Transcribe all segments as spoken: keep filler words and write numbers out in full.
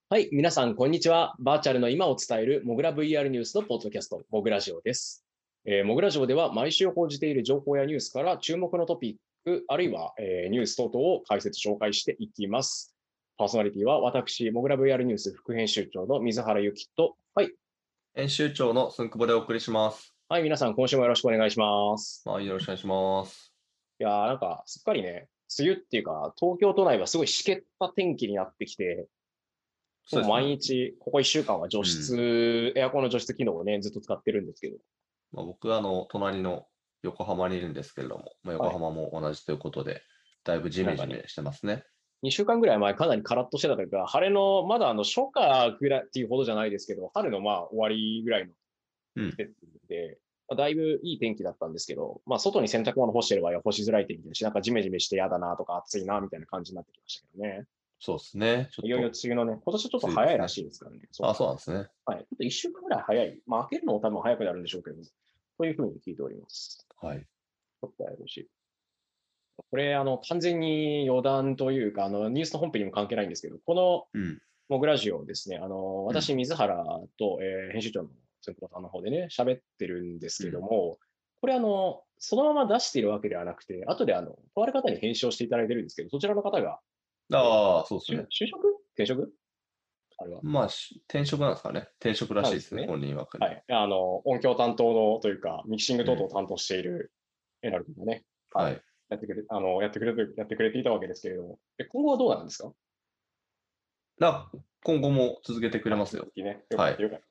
はい、皆さん、こんにちは。バーチャルの今を伝えるモグラ ブイアール ニュースのポッドキャスト、モグラジオです。えー、モグラジオでは毎週報じている情報やニュースから注目のトピック、あるいは、えーニュース等々を解説、紹介していきます。パーソナリティは私、モグラ ブイアール ニュース副編集長の水原由紀と、はい、 編集長のすんくぼでお送りします。 はい、皆さん、今週もよろしくお願いします。 まあ、よろしくお願いします。 いやー、なんか、すっかりね、梅雨っていうか、東京都内はすごい湿気った天気になってきて、もう毎そうですね。 日、ここいっしゅうかんは除うん。 湿、エアコンの除湿機能をね、ずっと使ってるんですけど、 まあ、僕はあの、隣の横浜にいるんですけれども、まあ、横はい。 浜も同じということで、だいぶジなんかね、 メジメしてますね。 にしゅうかんぐらい前かなりカラッとしてたというか、晴れの、まだあの初夏ぐらいっていうほどじゃないですけど、春のまあ終わりぐらいのうん。 季節で、まあ、だいぶいい天気だったんですけど、まあ外に洗濯物干してる場合は干しづらい天気だし、なんかジメジメして嫌だなとか暑いなみたいな感じになってきましたけどね。 そうですね。ちょっいよいよと梅雨のね、今年ちょっと早いら梅雨ですね。 しいですからね。そあ、そうなんですね。 う。はい。ちょっといっしゅうかんぐらい早い。まあ開けるのも多分早くなるんでしょうけど、というふうに聞いております。 はい。 ちょっとややこしい。これ、あの、完全に余談というか、あの、ニュースの本編にも関係ないんですけど、このうん。 モグラジオですね、あの、 うん。 私、水原と、えー編集長のつんくぼさんの方でね、喋ってるんですけどうん。 も、これ、あの、そのまま出しているわけではなくて、後で、あの、とある方に編集をしていただいてるんですけど、そちらの方が、えーああ、そうですね。 就就職転職あれは。 まあ、し転職なんですかね。転職らしいですね。 なんですね。 本人曰くね。 はい。あの、音響担当のというか、ミキシング等々 うん。 を担当しているエナル君がね、はい。 はい。 やってくれ、あの、やってくれて、やってくれていたわけですけれども、え今後はどうなんですか？ な、今後も続けてくれあ、 ますよ。 続きね。よかはい。 ったよかった。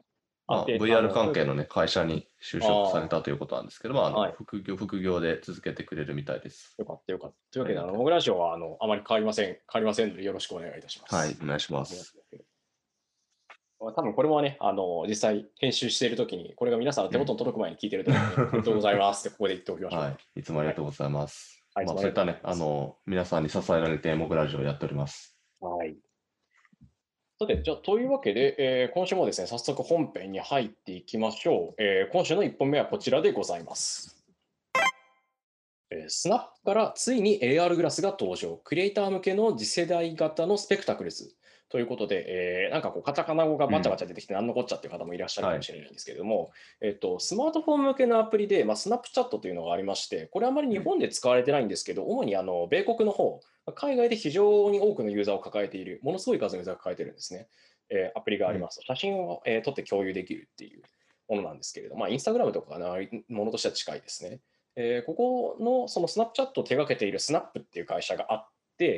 あ、 まあ、 で、あブイアールの、というわけで、 関係のね、会社に就職されあたということなんですけど、まあ、ああ、 の、 はい。 副業、副業で続けてくれるみたいです。 よかったよかった。というわけで、あの、 ありがたい。 モグラジオは、あの、あまり変わりません。変わりませんので、よろしくお願いいたしまはい、 す。 お願いしま思いますす。 けど多分これもね、あの、実際編集しているときに、これが皆さんの手元うん。 に届く前に聞いてると思うので、おめでとうございますってここで言っておきましょうか。 はい。いつもありはい。 がとうございます。 はい、いつまあ、 もありがそういったね、 とうございます。 あの、皆さんに支えられて、モグラジオをやっております。 はい。さて、じゃあ、というわけで、えー今週もですね、早速本編に入っていきましょう。えー今週のいっぽんめはこちらでございます。えースナップからついに エーアール グラスが登場。クリエイター向けの次世代型のスペクタクルズ。ということで、えーなんかこう、カタカナ語がバチャバうん。 チャ出てきて何のこっちゃっていう方もいらっしゃるかはい。 もしれないんですけれども、えっと、スマートフォン向けのアプリで、まあ、スナップチャットというのがありまして、これあまり日うん。 本で使われてないんですけど、主にあの米国の方、海外で非常に多くのユーザーを抱えている、ものすごい数のユーザーを抱えているんですね。えーアプリがあうん。 ります。写真を、えー撮って共有できるっていうものなんですけれど、まあ、インスタグラムとかがなものとしては近いですね。えーここのそのスナップチャットを手掛けているスナップっていう会社があって、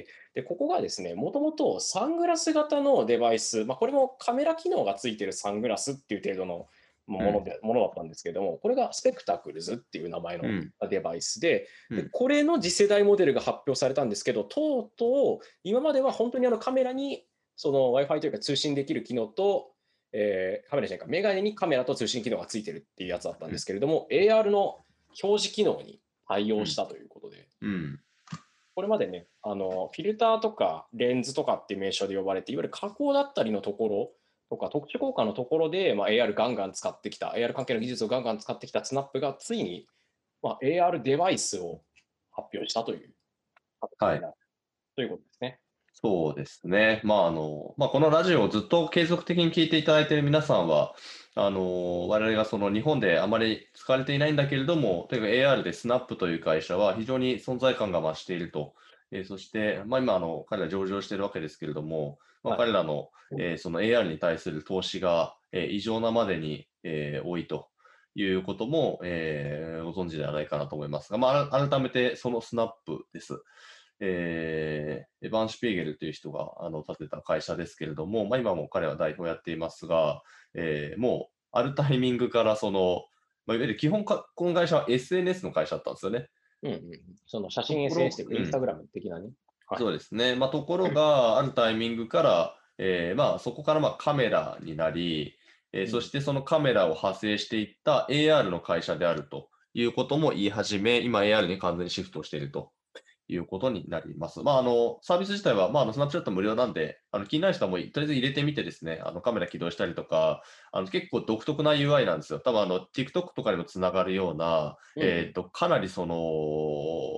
でここがですね、もともとサングラス型のデバイス、まあ、これもカメラ機能がついているサングラスっていう程度のうん。 ものでものだったんですけども、これがスペクタクルズっていう名前のうん。 デバイスで、でうん。 これの次世代モデルが発表されたんですけど、とうとう今までは本当にあのカメラにその Wi-Fi というか通信できる機能と、えーカメラじゃないか、メガネにカメラと通信機能がついてるっていうやつだったんうん。 ですけれども、エーアール の表示機能に対うん。 応したということで、 うん。 これまでね、あのフィルターとかレンズとかっていう名称で呼ばれて、いわゆる加工だったりのところとか、特殊効果のところで、まあ、エーアール ガンガン使ってきた、エーアール 関係の技術をガンガン使ってきたスナップがついに、まあ、エーアール デバイスを発表したという形はい。 になるということですね。 そうですね。まあ、あの、まあ、このラジオをずっと継続的に聞いていただいている皆さんは、あの、我々がその日本であまり使われていないんだけれども、とにかく エーアール でスナップという会社は非常に存在感が増していると。えーそして、まあ、今、あの、彼ら上場しているわけですけれども、まあ、 はい。 彼らの、えーその エーアール に対する投資が、えー異常なまでに、えー多いということも、えーご存知ではないかなと思いますが、まあ、あら改めてそのスナップです。えーエヴァン・シュピーゲルという人があの建てた会社ですけれども、まあ、今も彼は代表をやっていますが、えーもうあるタイミングからその、まあ、いわゆる基本か、この会社は エスエヌエス の会社だったんですよね。 うんうん、その写真ところ、 エスエヌエス というか、 うん、 インスタグラム的なね。はい。 そうですね。まあ、ところが、あるタイミングから、えーまあ、そこからまあカメラになり、えーうん、 そしてそのカメラを派生していった エーアール の会社であるということも言い始め、今 エーアール に完全にシフトしているということになります。まあ、あの、サービス自体は、まあ、あの、スナップチャット無料なんで、あの、気になる人はもう、とりあえず入れてみてですね、あの、カメラ起動したりとか、あの、結構独特な ユーアイ なんですよ。多分、あの、TikTok とかにもつながるような、 うん、うん。 えっと、かなりその、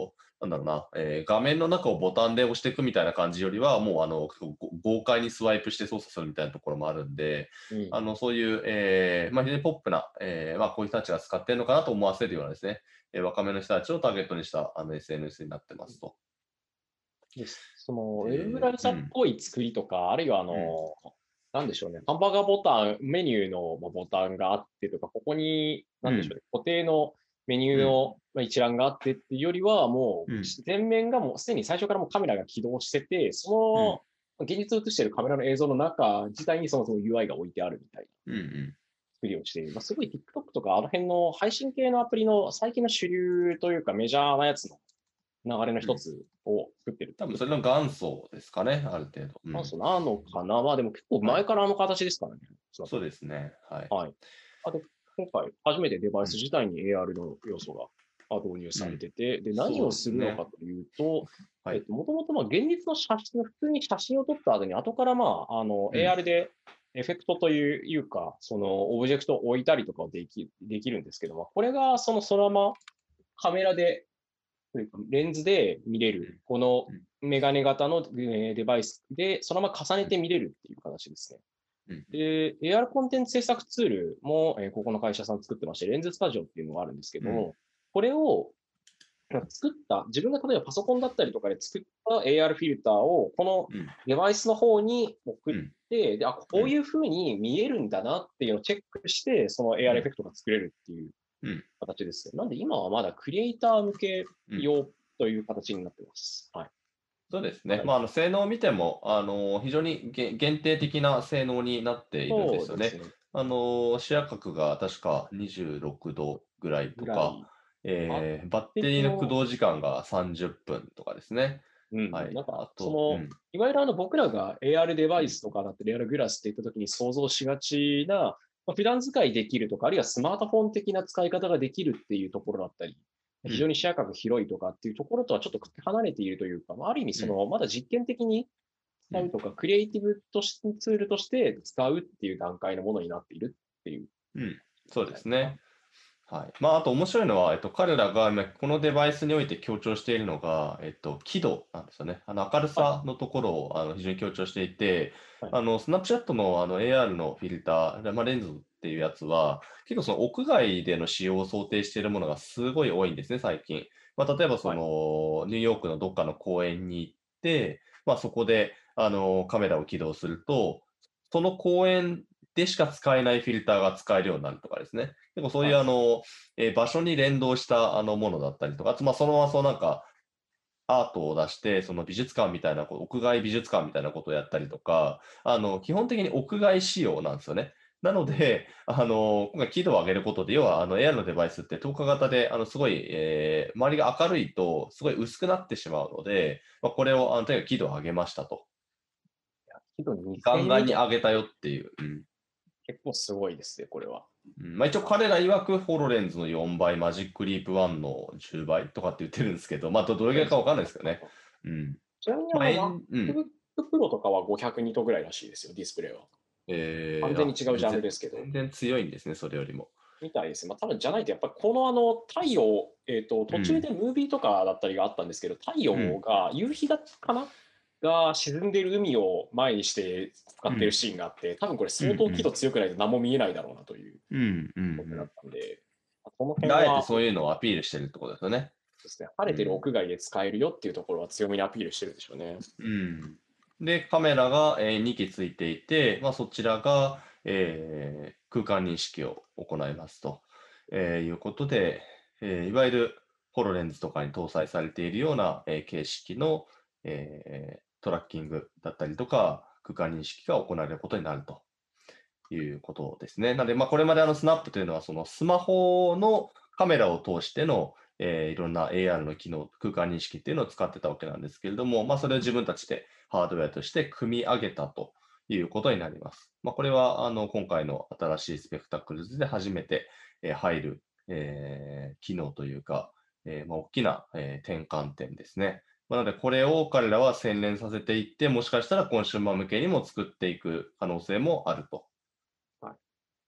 なんだろうな、えー画面の中をボタンで押していくみたいな感じよりは、もうあの結構ご豪快にスワイプして操作するみたいなところもあるんで、 うん。 あのそういう、えーまあ、非常にポップな、えーまあ、こういう人たちが使っているのかなと思わせるようなですね、えー若めの人たちをターゲットにしたあの エスエヌエス になってますと。 です。その、ウェブブラで、 ウザっうん、 ぽい作りとか、あるいはあうん、 の、なんでしょうね、ハンバーガーボタン、メニューのまあボタンがあってとか、ここに、 うん、 なんでしょうね、固定のメニュうん、 ーのまあ一覧があってっていうよりは、もう、 うん、 前面がもうすでに最初からもうカメラが起動してて、その、現実を映しているカメラの映像の中自体にそもそも ユーアイ が置いてあるみたいなうん、うん。 作りをしている。まあ、すごい TikTok とかあの辺の配信系のアプリの最近の主流というかメジャーなやつの流れのうん、 一つを作ってるっていう多分それの元祖ですかね、ある程度。うん。 元祖なのかな。まあでも結構はい。 前からあの形ですからね。少なくそうとですね。はい。 もはい。あと、今回初めてデバイスうん。 自体に エーアール の要素があ導入されうん。 てて、で、何そうをですね。 するのかというと、 はい。 えっと、もともとまあ現実の写真、普通に写真を撮った後に、後からまあ、あの、 うん。 エーアール でエフェクトといういうか、そのオブジェクトを置いたりとかできできるんですけども、これがそのそのままカメラでというか、レンズで見れる、 うん。 このうん。 メガネ型のえーデバイスで、そのまま重ねうん。 て見れるっていう形ですね。 うん。 で、エーアール コンテンツ制作ツールも、えーここの会社さん作ってまして、レンズスタジオっていうのがあるんですけうん。 ども、これを作った、自分が例えばパソコンだったりとかで作った エーアール フィルターを、このうん。 デバイスの方に送っうん。 て、で、あ、こうん。 ういう風に見えるんだなっていうのをチェックして、その エーアール エフェクトが作れるっていううん。 形ですね。なんで今はまだクリエイター向けうん。 用という形になってます。はい。 そうですね。 かなり。 まあ、あの性能を見ても、あの非常にげ限定的な性能になっているんですよね。 そうですね。 あの視野角が確かにじゅうろくどぐらいとか、 ぐらい、バッえーバッテリーの駆テリーの、 動時間がさんじゅっぷんとかですね。 うんうん、 はい。 なんか、 あと、うその、 ん。 いわゆるあの僕らが エーアール デバうん。 イスとかだったり、エーアール グラスって言った時に想像しがちな、まあ、普段使いできるとか、あるいはスマートフォン的な使い方ができるっていうところだったり、 うん。 非常に視野角広いとかっていうところとはちょっと離れているというか、まあ、ある意味うん。 その、まだ実験的にうん。 使うとか、クリエイティブとしツールとして使うっていう段階のものになっているっていううん。そう感じなのかな。 ですね。はい。まあ、あと面白いのは、えっと、彼らが今このデバイスにおいて強調しているのが、えっと、輝度なんですよね。あの明るはい、 さのところをあの非常に強調していて、 はい。 あの、スナップチャットのあの エーアール のフィルター、まあ、レンズっていうやつは、結構その屋外での使用を想定しているものがすごい多いんですね、最近。まあ、例えばそはい。 の、ニューヨークのどっかの公園に行って、まあ、そこであのカメラを起動すると、その公園でしか使えないフィルターが使えるようになるとかですね。結構そういうはい。 あの、えー場所に連動したあのものだったりとか、あとまあそのままそうなんかアートを出して、その美術館みたいなこ、屋外美術館みたいなことをやったりとか、あの、基本的に屋外仕様なんですよね。なのうん。 で、あの、今回輝度を上げることで、要はあの エーアール のデバイスって透過型で、あの、すごい、えー周りが明るいと、すごい薄くなってしまうので、まあ、これを、あの、とにかく輝度を上げましたと。 けどにせんガンガンにニット上げたよっていう。うん。 結構すごいですね、これは。 うんまあ、一応彼ら曰くホロレンズのよんばい、マジックリープワンのじゅうばいとかって言ってるんですけど、まあど、どれぐらいかわかんないですけどね。うん。 ちなみにあまあ、 のえん、うん。 MacBook Pro とかはごひゃくニットぐらいらしいですよ、ディスプレイは。 えー、あ、 完全に違うジャンルぜですけど。 全然強いんですね、それよりも。 みたいですね。まあ多分じゃないと、やっぱりこのあの太陽、えっ、と、途中うん。 でムービーとかだったりがあったんですけど、太うん。 陽が、夕日だかなが沈んでいる海を前にして使っているうん。 シーンがあって、多分これうん。 相当輝うん。 度強くないと何も見えないだろうなといううん。うことだっん。 たんで、このうん。あえて辺はそういうのをアピールしてるってことですよね。 ですね、晴れてるうん。 屋外で使えるよっていうところは強めにアピールしてるんでしょうね。 うん。で、カメラが、えーにきついていて、まあ、そちらが、えー空間認識を行いますと、えーいうことで、えーいわゆるホロレンズとかに搭載されているような、えー形式の、えートラッキングだったりとか、空間認識が行われることになるということですね。なので、まあ、これまであのスナップというのは、そのスマホのカメラを通しての、えーいろんな エーアール の機能、空間認識っていうのを使ってたわけなんですけれども、まあ、それを自分たちでハードウェアとして組み上げたということになります。まあ、これはあの今回の新しいスペクタクルズで初めて、えー入る、えー機能というか、えーまあ、大きな、えー転換点ですね。まあなので、これを彼らは洗練させていって、もしかしたらコンシューマー向けにも作っていく可能性もあると。 はい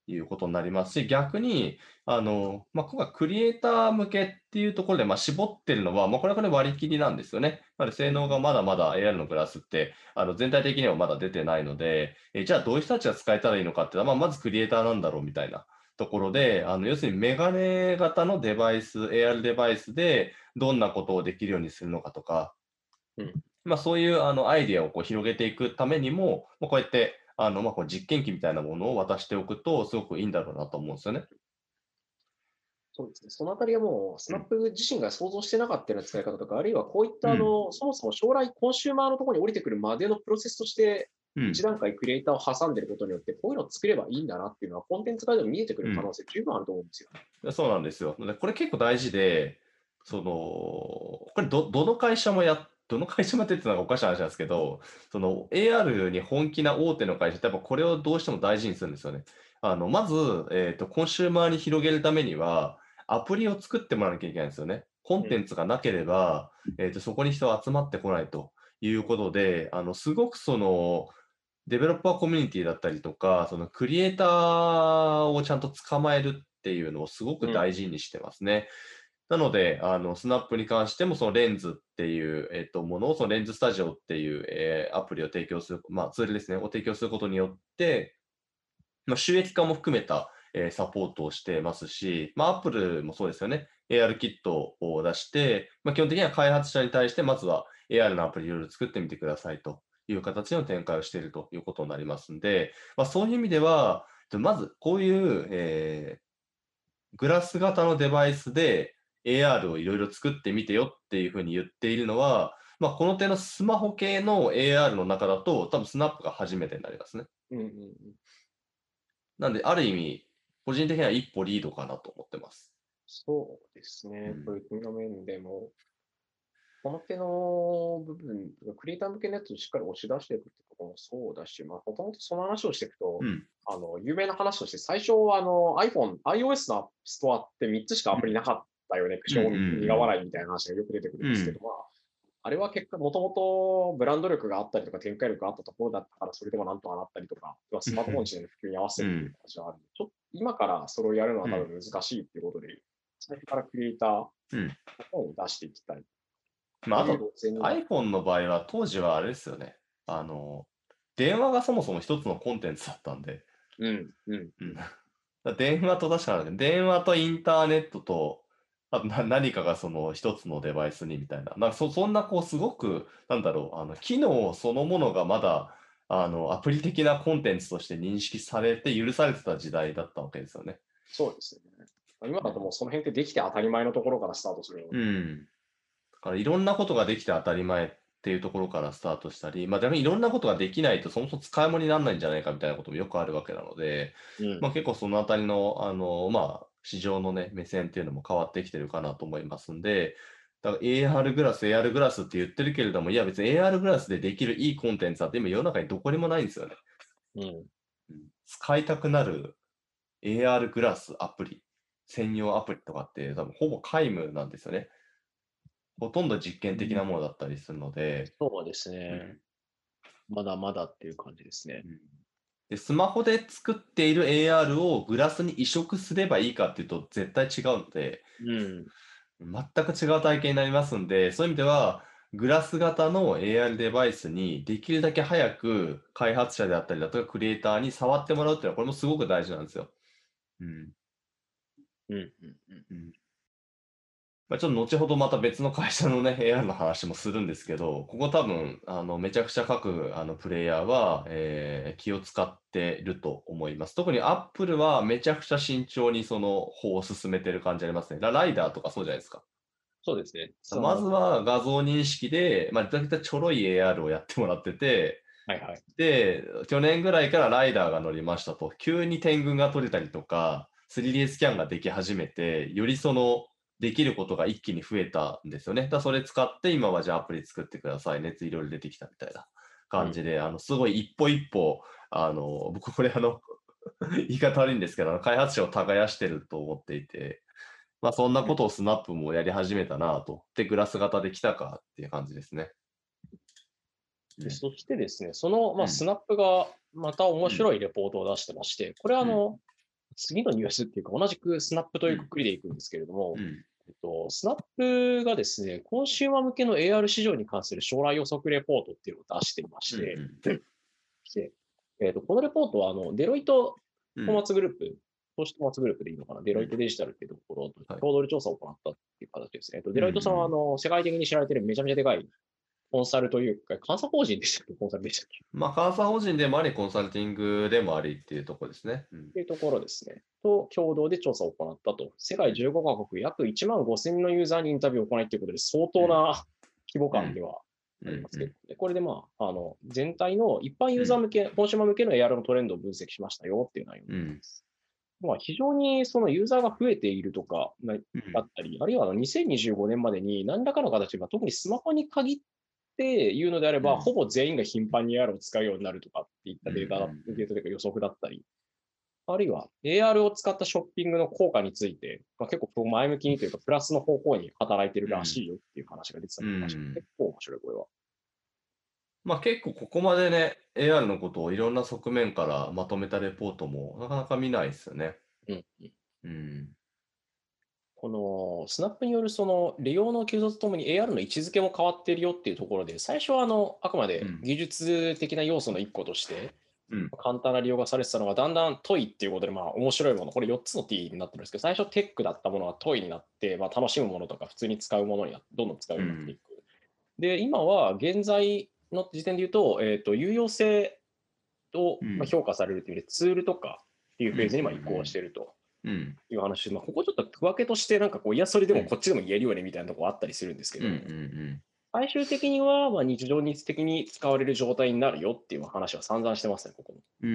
いうことになりますし、逆に、あの、まあ、今回クリエイター向けっていうところで、まあ、絞ってるのは、まあ、これはこれ割り切りなんですよね。なので、性能がまだまだ エーアール のグラスって、あの、全体的にはまだ出てないので、え、じゃあどういう人たちが使えたらいいのかっていうのは、まあ、まずクリエイターなんだろうみたいなところで、あの、要するにメガネ型のデバイス、エーアール デバイスでどんなことをできるようにするのかとか、 うん。 まあ、そういうあのアイディアをこう広げていくためにも、まあ、こうやってあの、まあ、こう実験機みたいなものを渡しておくと、すごくいいんだろうなと思うんですよね。 そうですね。そのあたりはもう、スうん。 ナップ自身が想像してなかったような使い方とか、あるいはこういったうん。 あの、そもそも将来コンシューマーのところに降りてくるまでのプロセスとして、 うん。 一段階クリエイターを挟んでることによって、こういうのを作ればいいんだなっていうのは、コンテンツ側でも見えてくる可うん。 能性十分あると思うんですよね。 いやそうなんですよ。で、これ結構大事で、その、これどどの会社もやどの会社もやってるっていうのがおかしい話なんですけど、その エーアール に本気な大手の会社ってやっぱこれをどうしても大事にするんですよね。あの、まず、えっと、コンシューマーに広げるためには、アプリを作ってもらわなきゃいけないんですよね。コンうん。 テンツがなければ、えっと、そこに人は集まってこないということで、あの、すごくその、デベロッパーコミュニティだったりとか、そのクリエイターをちゃんと捕まえるっていうのをすごくうん。 大事にしてますね。なので、あの、スナップに関しても、そのレンズっていう、えっと、ものを、そのレンズスタジオっていう、えーアプリを提供する、まあ、ツールですね、を提供することによって、まあ、収益化も含めた、えーサポートをしてますし、まあ、Apple もそうですよね。エーアール キットを出して、まあ、基本的には開発者に対して、まずは エーアール のアプリいろいろ作ってみてくださいという形の展開をしているということになりますんで、まあ、そういう意味では、まずこういう、えーグラス型のデバイスで エーアール をいろいろ作ってみてよっていうふうに言っているのは、まあ、この手のスマホ系の エーアール の中だと、多分スナップが初めてになりますね。 うんうんうん。 なんで、ある意味、個人的には一歩リードかなと思ってます。 そうですね。 うん。 取り組みの面でも、この手の部分、クリエイター向けのやつをしっかり押し出していくってところもそうだし、まあ、もともとその話をしていくと、 うん。 あの、有名な話として、最初はあの iPhone、iOS のストアってみっつしかアプリなかったよね。苦うん。うん。う笑苦ん。 笑いみたいな話がよく出てくるんうん。 ですけど、まあ、あれは結果、もともとブランド力があったりとか展開力があったところだったから、それでもなんとかなったりとか、要はスマートフォン自体の普及に合わせてるっていううん。 話はあるんで、ちょっと今からそれをやるのはうん。 多分難しいっていうことで、最初からクリエイターのうん。 方に出していきたい。 まあ、あというと、 前になって、 iPhone の場合は、当時はあれですよね。あの、電話がそもそも一つのコンテンツだったんで、 うん、うん、 うん。 うん。 だから電話と確かなんで、電話とインターネットと、あとな何かがその一つのデバイスにみたいな。なんかそそんなこうすごく、なんだろう、あの、機能そのものがまだ、あの、アプリ的なコンテンツとして認識されて許されてた時代だったわけですよね。 そうですね。今うん。 だともうその辺ってできて当たり前のところからスタートするので。 うん。だからいろんなことができて当たり前っていうところからスタートしたり、まあ、逆にいろんなことができないとそもそも使い物にならないんじゃないかみたいなこともよくあるわけなので、 うん。 まあ、結構そのあたりの、あの、まあ、市場のね、目線っていうのも変わってきてるかなと思いますんで、だから エーアール グラス、エーアール グラスって言ってるけれども、いや別に エーアール グラスでできるいいコンテンツは今世の中にどこにもないんですよね。 うん。 うん、使いたくなる エーアール グラスアプリ、専用アプリとかって多分ほぼ皆無なんですよね。ほとんど実験的なものだったりするので、 そうですね。 うん。 まだまだっていう感じですね。 うん。で、スマホで作っている エーアール をグラスに移植すればいいかっていうと絶対違うので、 うん。 全く違う体験になりますんで、そういう意味では、グラス型の エーアール デバイスにできるだけ早く開発者であったりだとかクリエイターに触ってもらうっていうのはこれもすごく大事なんですよ。うん。 うん。うん。うん。 うん。まあ、ちょっと後ほどまた別の会社のね、エーアール の話もするんですけど、ここ多分、あの、めちゃくちゃ各、あの、プレイヤーは、えー気を使ってると思います。特に Apple はめちゃくちゃ慎重にその方を進めてる感じありますね。ラライダーとかそうじゃないですか。 そうですね。そまずの、 は画像認識で、まあ、だいたいちょろい エーアール をやってもらってて、 はいはい。 で、去年ぐらいからライダーが乗りましたと、急に点群が取れたりとか、スリーディー スキャンができ始めて、よりその、できることが一気に増えたんですよね。だからそれ使って今はじゃあアプリ作ってくださいねっていろいろ出てきたみたいなうん。 感じで、あの、すごい一歩一歩、あの、僕これあの、言い方悪いんですけど、あの開発者を耕してると思っていて、まあそんなうん。 ことをスナップもやり始めたなと。で、グラス型できたかっていう感じですね。うで、 ん。 そしてですね、その、まあ、スうん。 ナップがまた面うん。 白いレポートを出してまして、これはあうん。 の、 次のニュースっていうか、同じくスナップというくくりでいくんですけれども、 うん。 えっと、スナップがですね、コンシューマー向けの エーアール 市場に関する将来予測レポートっていうのを出していましうん。 て、 うん。 でえっと、このレポートは、あの、デロイトトーマうん。 ツグループ、投資トーマツグループでいいのかな、デロイトうん。 デジタルっていうところとはい。 共同で調査を行ったっていう形ですね。えっと、デうん。うロイトさんは、あん。 の、世界的に知られているめちゃめちゃでかいコンサルというか、監査法人でしたっけ、コンサルでしたっけっまあ、監査法人でもあり、コンサルティングでもありっていうところですね。うん。 ていうところですね。と、共同で調査を行ったと。世界うん。 じゅうごカ国、約いちまんごせん人のユーザーにインタビューを行いということで、相うん。 当な規模うん。 感ではうん。 ありますけど、 うん。 でこれでまあ、あの、全体の一般ユうん。 ーザー向け、コンシューマー向けの エーアール のトレンドを分析しましたよっていう内容にうん。 なります。まあ、非常にそのユーザーが増えているとかなだったり、あるいはあのにせんにじゅうごねんまでに何らかの形で、特にスマホに限って言うのであれば、 うん。 ほぼ全員が頻繁に エーアール を使うようになるとかっていっうん。 たデータだ、 うん。 データというか予測だったり、あるいは エーアール を使ったショッピングの効果について、まあ、結構前向きにというか、プラスの方向に働いているらしいよっていう話が出てたうりとかして、 ん。 結構面白い、これは。 まあ結構ここまでね、エーアール のことをいろんな側面からまとめたレポートもなかなか見ないですよね。 うん。 うん。 このスナップによるその利用の急増とともに エーアール の位置づけも変わっているよっていうところで、最初はあのあくまでうん。 技術的な要素の一個として、 うん。 簡単な利用がされてたのが、だんだんトイっていうことで、まあ面白いもの、これよっつの T になってるんですけど、最初テックだったものがトイになって、まあ、楽しむものとか普通に使うものになどんどん使ううん。 ようになっていく。で、今は現在の時点で言うと、えっ、と、有用性をうん。 まあ評価されるという意味で、ツールとかっていううん。 フェーズにまあ移行しているとうん。 いう話で、まあ、ここちょっと区分けとして、なんかこう、いや、それでうん。 もこっちでも言えるよねみたいなところあったりするんですけうん。うど、 ん。 最終的にはまあ日常日的に使われる状態になるよっていう話は散々してますね、ここも。 うん。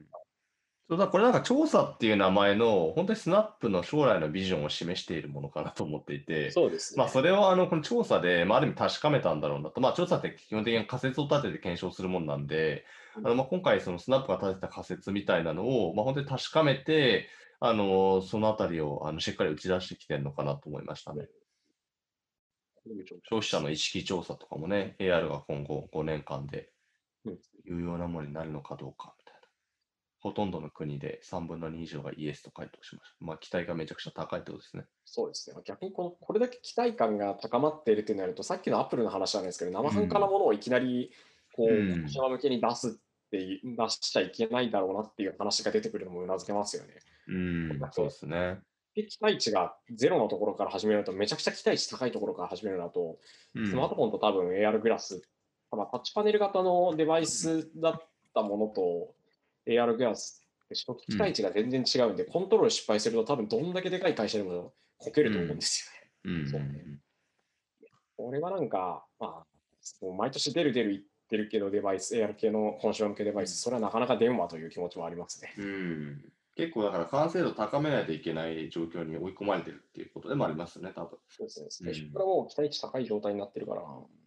そうだ、これなんか調査っていう名前の、本当にスナップの将来のビジョンを示しているものかなと思っていて、 そうですまあそね。 れをあの、この調査で、まあある意味確かめたんだろうなと。まあ調査って基本的に仮説を立てて検証するものなんで、あの、まあ今回そのスナップが立てた仮説みたいなのを、まあ本当に確かめて、あの、そのあたりをあのしっかり打ち出してきてるのかなと思いましたね。消費者の意識調査とかもね、エーアール が今後ごねんかんでうん、 有用なものになるのかどうかみたいな。ほとんどの国でさんぶんのに以上がイエスと回答しました。まあ、期待がめちゃくちゃ高いってことですね。 そうですね。逆にこのこれだけ期待感が高まっているとなると、さっきのアップルの話なんですけど、生半可なうん。 ものをいきなりこうう、コンシュん。 ーマー向けに出すっていう、出しちゃいけないだろうなっていう話が出てくるのもうなずけますよね。 うん。そうでこれだけすね。 期待値がゼロのところから始めるのと、めちゃくちゃ期待値高いところから始めるのだと、スマーうん。 トフォンと多分 エーアール グラス、まあ、タッチパネル型のデバイスだったものと エーアール グラスって初期うん。 期待値が全然違うんで、コントロール失敗すると多分どんだけでかい会社でもこけると思うんうん。 ですよね。 うん。うそうね。 ん。 これはなんか、まあ、もう毎年出る出る言ってるけど、デバイス、エーアール 系のコンシューマー向けデバイス、それはなかなか電話という気持ちもありますね。 うん。結構だから完成度高めないといけない状況に追い込まれてるっていうことでもありますね、多分。 そうですね。 うん。 最初からもう期待値高い状態になってるからな。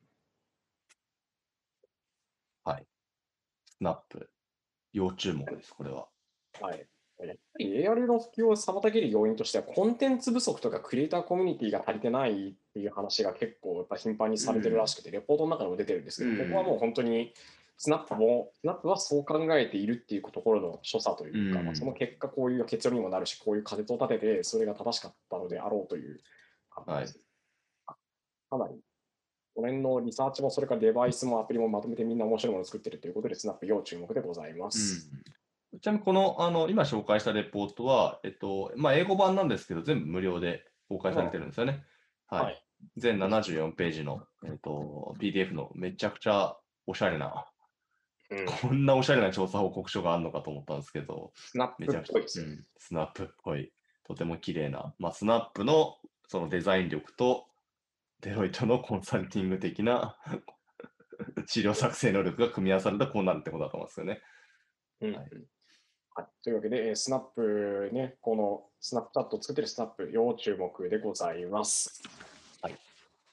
はい。スナップ。要注目です、これは。 はい。やっぱり エーアール の普及を妨げる要因としては、コンテンツ不足とかクリエイターコミュニティが足りてないっていう話が結構やっぱ頻繁にされてるらしくて、レポートの中でも出てるんですうけど、ここはもうん。 本当にスナップも、スナップはそう考えているっていうところの所作とういうか、まあ、そのん。 結果こういう結論にもなるし、こういう仮説を立てて、それが正しかったのであろうという感じはい。 です。かなり、この辺のリサーチもそれからデバイスもアプリもまとめてみんな面白いものを作ってるということで、スナップ要注目でございまうん。 す。 ちなみにこの、あの、今紹介したレポートは、えっと、まあ、英語版なんですけど、全部無料で公開されてるんですよね。はい。 はい。 全ななじゅうよんページの、えっと、ピーディーエフ のめちゃくちゃおしゃれな、 うん。 こんなおしゃれな調査報告書があるのかと思ったんですけど、 スナップっめちゃくちゃ、 ぽいですよね。 うん、スナップっぽい、とても綺麗な、まあ、スナップのそのデザイン力と、デロイトのコンサルティング的な治療作成能力が組み合わされたこうなるってことだと思うんですよね。 うん。 はい。 はい、というわけで、えースナップね、このスナップチャットを作っているスナップ、要注目でございます。はい、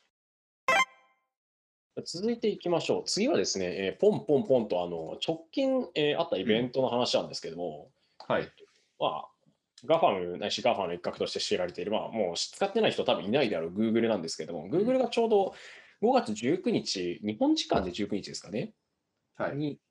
続いていきましょう。次はですね、えーポンポンポンとあの直近、えーあったイうん。 ベントの話なんですけども、 はい。 えっとまあ、ガファムないしガファの一角として知られている、まあ、もう使ってない人多分いないであろう Google なんですけども、 うん。 Google がちょうどごがつじゅうくにち、日本時間でじゅうくにちですかね、 はい。 に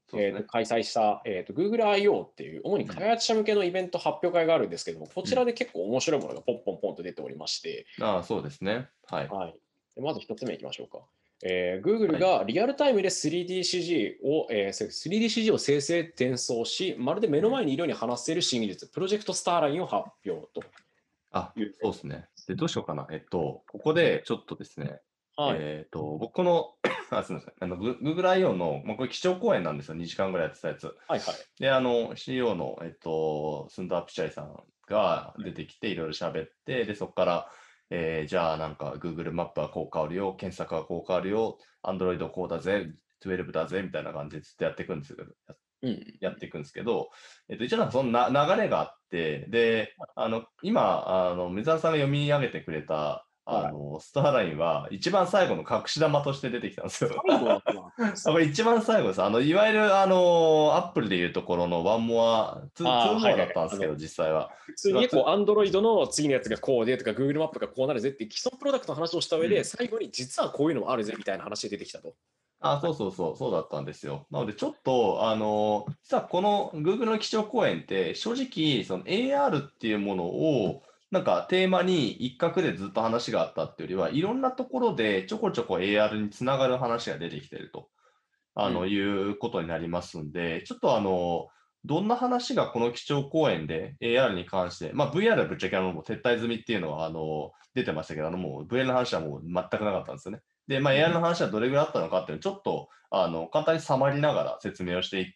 えーとそうですね。 開催した、えーと Google アイオー っていう、主にうん。 開発者向けのイベント発表会があるんですけども、こうん。 ちらで結構面白いものがポンポンポンと出ておりまして、 ああ、そうですね。はい。 はい。でまず一つ目いきましょうか。えー Google はい。 がリアルタイムで スリーディーシージー を、えー、スリーディーシージー を生成転送し、まるで目うん。 の前にいるように話せる新技術、プロジェクトスターラインを発表とあ、 いう。 そうですね。で、どうしようかな。えっと、ここでちょっとですね、 はい。 えっと、僕このあ、すみません。あの、グ Google アイオー の、まあ、これ基調講演なんですよ。にじかんぐらいやってたやつ。 はいはい。 で、あの、シーイーオー の、えっと、スンダー・ピチャイさんが出てきて、いろいろ喋って、で、そこから、えーじゃあ、なんか、Google マップはこう変わるよ、検索はこう変わるよ、Android こうだぜ、じゅうにだぜ、みたいな感じでずっとやっていくんですけど、 うん。 やっていくんですけど、えっと、一応なんかそのな流れがあって、で、あの、今、あの、水沢さんが読み上げてくれた、あはい。 の、スターラインは、一番最後の隠し玉として出てきたんですよ。 最後だったんですね。 あこれ一番最後です。あの、いわゆる、あの、アップルでいうところのワンモア、ツー、ツああ、 ーモアだはいはいはい。あの、 ったんですけど、実際は。 普通にね、こう、 まあツ Android の次のやつがこうでとか、Google マップがこうなるぜっていう基礎プロダクトの話をした上で、 うん。 最後に実はこういうのもあるぜみたいな話で出てきたと。 あ、そうそうそう、そうだったんですよ。なので、ちょっと、あの、実はこの Google の基調講演って、正直、その エーアール っていうものを、なんかテーマに一角でずっと話があったっていうよりは、いろんなところでちょこちょこ エーアール につながる話が出てきてると。あの、 うん。 いうことになりますんで、ちょっとあの、どんな話がこの基調講演で エーアール に関して、まあ ブイアール はぶっちゃけあの、もう撤退済みっていうのは、あの、出てましたけど、あの、もう ブイアール の話はもう全くなかったんですよね。で、まあ エーアール の話はどれぐらいあったのかっていうのをちょっと、あの、簡単にさまりながら説明をしていって、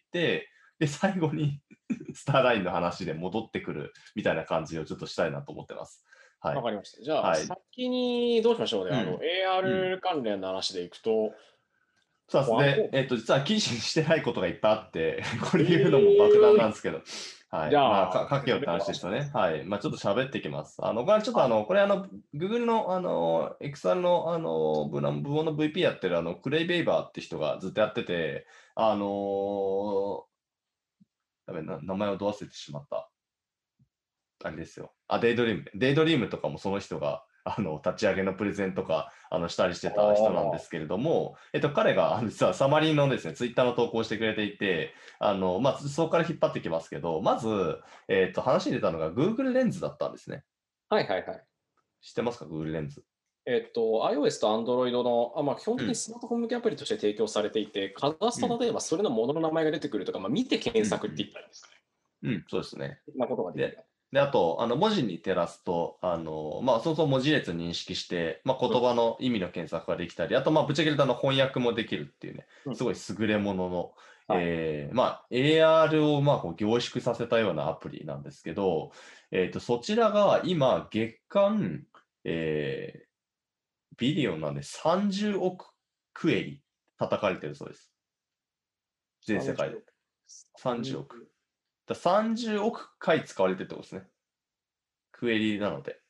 で、最後にスターラインの話で戻ってくるみたいな感じをちょっとしたいなと思ってます。はい。 わかりました。じゃあ、 はい。 先にどうしましょうね。あの、 うん。うん。 エーアール 関連の話でいくと、 そうです。で、 こうあの、 えっと、実は記事にしてないことがいっぱいあって、これ言うのも爆弾なんえですけど、はい。まあ、 じゃあ、 か、書けよって説明お話ですよね。 願いします。 はい。まあ、ちょっと喋ってきます。あの、これはちょっとはい。 あの、これあの、Google のあの、エクセルのあの、部門部門の ブイピー やってるあの、クレイ・ベイバーって人がずっとやってて、あのやべ、な、名前をど忘れてしまった。あれですよ。あ、デイドリーム。デイドリームとかもその人が、あの、立ち上げのプレゼンとか、あの、したりしてあた人なんであ、 すけれども、えっと、彼が、あの実はサマリーのですね、ツイッターの投稿をしてくれていて、あの、まあ、そこから引っ張ってきますけど、まず、えっと、話に出たのが Google レンズだったんですね。 はいはいはい。 知ってますか ?Google レンズ。 えっと、iOS と Android の、あまあ、基本的にうん、 スマートフォン向けアプリとして提供されていて、かざすうん、 と例えばそれのものの名前が出てくるとか、まあ、見て検うん、 索って言ったらいいんですかね。 うん、うん、そうですね。 そんなことができる。 で、で、あと、あの、文字に照らすと、あの、まあ、そもそも文字列認識して、まあ、言うん、 葉の意味の検索ができたり、あと、まあ、ぶっちゃけると、あの、翻訳もできるっていうね、 うん、 すごい優れものの、 はい。 えー、まあ、エーアール を、まあ、こう凝縮させたようなアプリなんですけど、えっと、そちらが今、月間、えー、ビデオなんでさんじゅうおくクエリ叩かれてるそうです。全世界で。 さんじゅう、 さんじゅうおく。ださんじゅうおく回使われてるってことですね。クエリなので。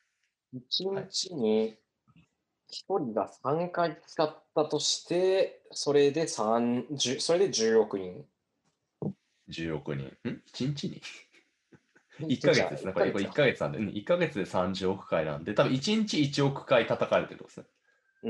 1 はい。 日にひとりがさんかい使ったとして、それでさんじゅう、それでじゅうおく人。 じゅうおくにん。ん ?いち 日に 1 ?いっ日じゃない、1 ヶ月ですね。これ、これ1 ヶ月か。 ヶ月なんで、うんいっかげつでさんじゅうおく回なんで、多分いちにちいちおく回叩かれてるってことですね。 うん。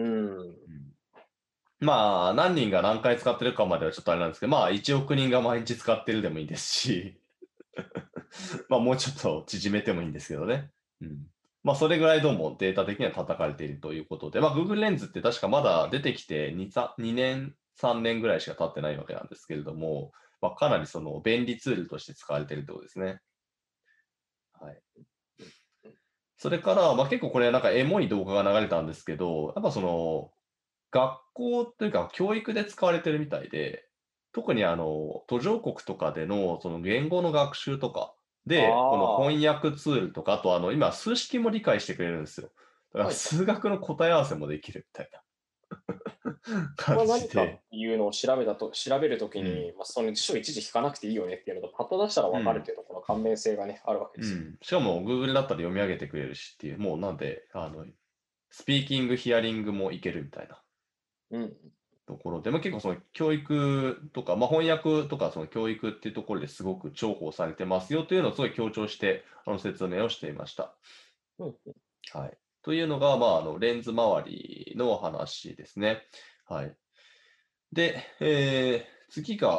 うんまあ、何人が何回使ってるかまではちょっとあれなんですけど、まあ、いちおく人が毎日使ってるでもいいですし、まあ、もうちょっと縮めてもいいんですけどね。うん。まあ、それぐらいどうもデータ的には叩かれているということで、まあ、Google レンズって確かまだ出てきてに、にねん、さんねんぐらいしか経ってないわけなんですけれども、まあ、かなりその便利ツールとして使われているということですね。はい。それから、まあ、結構これなんかエモい動画が流れたんですけど、やっぱその、学校というか教育で使われてるみたいで、特にあの、途上国とかでのその言語の学習とかあで、このあ、 翻訳ツールとか、あとあの、今数式も理解してくれるんですよ。だからはいはい。 数学の答え合わせもできるみたいな感これは何かっじで。 ていうのを調べたと、調べるときうん。 に、まあ、その辞書を一時引かなくていいよねっていうのと、パッと出したらうん。 分かるっていうところの関連性がね、あるわけですよ。 うん。しかも Google だったら読み上げてくれるしっていう、もうなんで、あの、スピーキング、ヒアリングもいけるみたいな。 うん。 ところで、まあ、結構その教育とか、まあ、翻訳とかその教育っていうところですごく重宝されてますよというのをすごい強調してあの説明をしていました。 うん。 はい。というのが、まあ、あのレンズ周りの話ですね。はい。で、えー次が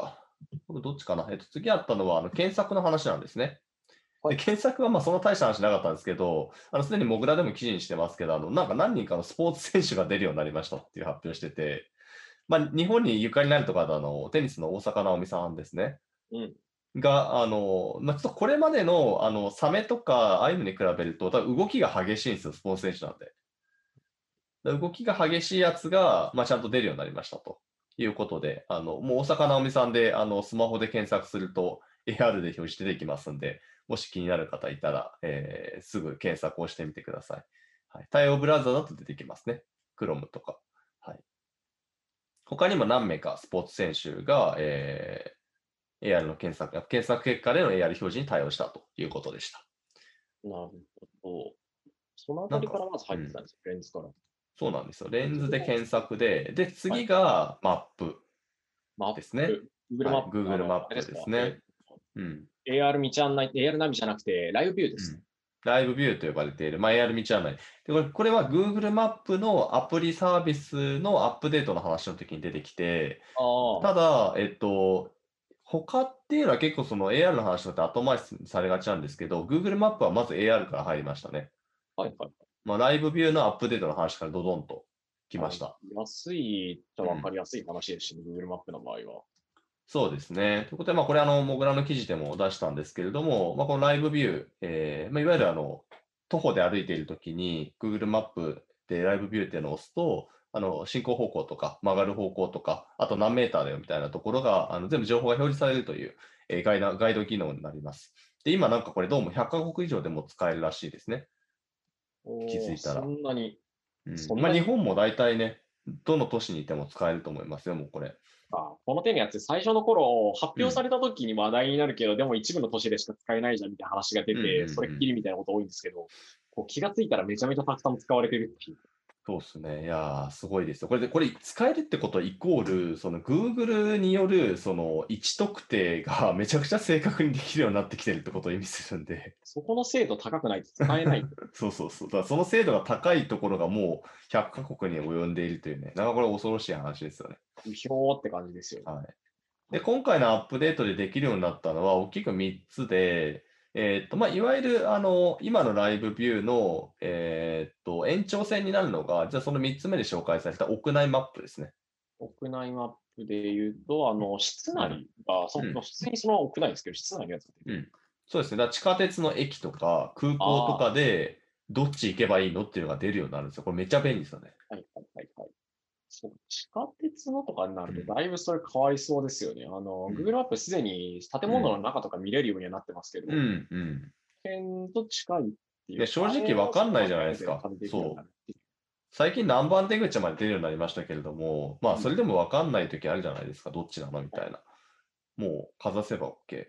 これどっちかな、えっと、次あったのは、あの、検索の話なんですね。で、 はい。 検索はまあそんな大した話なかったんですけど、あの、すでにモグラでも記事にしてますけど、あの、なんか何人かのスポーツ選手が出るようになりましたっていう発表してて、まあ、日本にゆかりになるとかで、あの、テニスの大坂なおみさんですね。 うん。 が、あの、まあ、ちょっとこれまでの、あの、サメとかアイムに比べると、多分動きが激しいんですよ、スポーツ選手なんで。だ動きが激しいやつが、まあ、ちゃんと出るようになりましたということで、あの、もう大坂なおみさんで、あの、スマホで検索すると エーアール で表示出てきますんで、もし気になる方いたら、えーすぐ検索をしてみてください。はい、対応ブラウザだと出てきますね。Chrome とか。はい。他にも何名かスポーツ選手が、えー エーアール の検索、検索結果での エーアール 表示に対応したということでした。 なるほど。そのあなんか、 たりからまずうん、 入ってたんですよ、レンズから。 そうなんですよ。レンズ次が、 で検索で、で、 はい、 次がマップマッですね。 プ。Google はい。 マップ、あ Google マの、 ップあれですか、えですね。うん。 ー、エーアール 道案内、エーアール ナビじゃなくて、ライブビューですね。 うん。ライブビューと呼ばれている、まあ、エーアール 道案内。で、これ、これは Google マップのアプリサービスのアップデートの話の時に出てきて、 ああ、 ただ、えっと、他っていうのは結構その エーアール の話だと後回しにされがちなんですけど、Google マップはまず エーアール から入りましたね。 はいはい。 まあ、ライブビューのアップデートの話からドドンと来あ、 ました。 安いっちゃうん。 分かりやすい話ですしね、Google マップの場合は。 そうですね。ということで、まあ、これ、あの、モグラの記事でも出したんですけれども、まあ、このライブビュー、えーまあ、いわゆるあの、徒歩で歩いているときに、Google マップでライブビューっていうのを押すと、あの、進行方向とか、曲がる方向とか、あと何メーターだよみたいなところが、あの、全部情報が表示されるという、えーガイド、ガイド機能になります。で、今なんかこれどうもひゃっカ国以上でも使えるらしいですね。気づおお、そいたら。 んなに、 うん。まあ、 そんなに、 日本も大体ね、どの都市にいても使えると思いますよ、もうこれ。 あ、この手のやつ、最初の頃、発うん。 表された時に話題になるけど、でも一部の都市でしか使えないじゃんみたいな話が出うんうんうて、それっきん。 りみたいなこと多いんですけど、こう気がついたらめちゃめちゃたくさん使われてるっていう。 そうですね。いやー、すごいですよ。これで、これ使えるってことはイコール、その Google によるその位置特定がめちゃくちゃ正確にできるようになってきてるってことを意味するんで。 そこの精度高くないと使えない。 そうそうそう。だからその精度が高いところがもうひゃっカ国に及んでいるというね、なんかこれ恐ろしい話ですよね。 うひょーって感じですよね。 はい。で、今回のアップデートでできるようになったのは大きくみっつで、えーっと、まあ、いわゆる、あの、今のライブビューの、えーっと、延長線になるのが、じゃあそのみっつめで紹介された屋内マップですね。 屋内マップで言うと、あの、室うん。 内が、そうん。 普通にその屋内ですけど、室内のやつが出てる。 うん。そうですね。だから地下鉄の駅とか空港とああ、 かで、どっち行けばいいのっていうのが出るようになるんですよ。これめっちゃ便利ですよね。 はいはいはいはい。そう、地下鉄のとかになると、 うん。 だいぶそれかわいそうですよね。あの、 うん。 Google マップすでに建物のうん。 中とか見れるようにはなってますけど、 うん。うん。 県と近いっていいや、 う、 正直あれをそこまわかんないじゃないですか。 で多分できるようになそう。 るってい最近何番出口まで出るようになりましたけれども、まあ、 う。うん。 それでもわかんない時あるじゃないですか。どっちなのみはい。 たいな。もう、かざせば OK。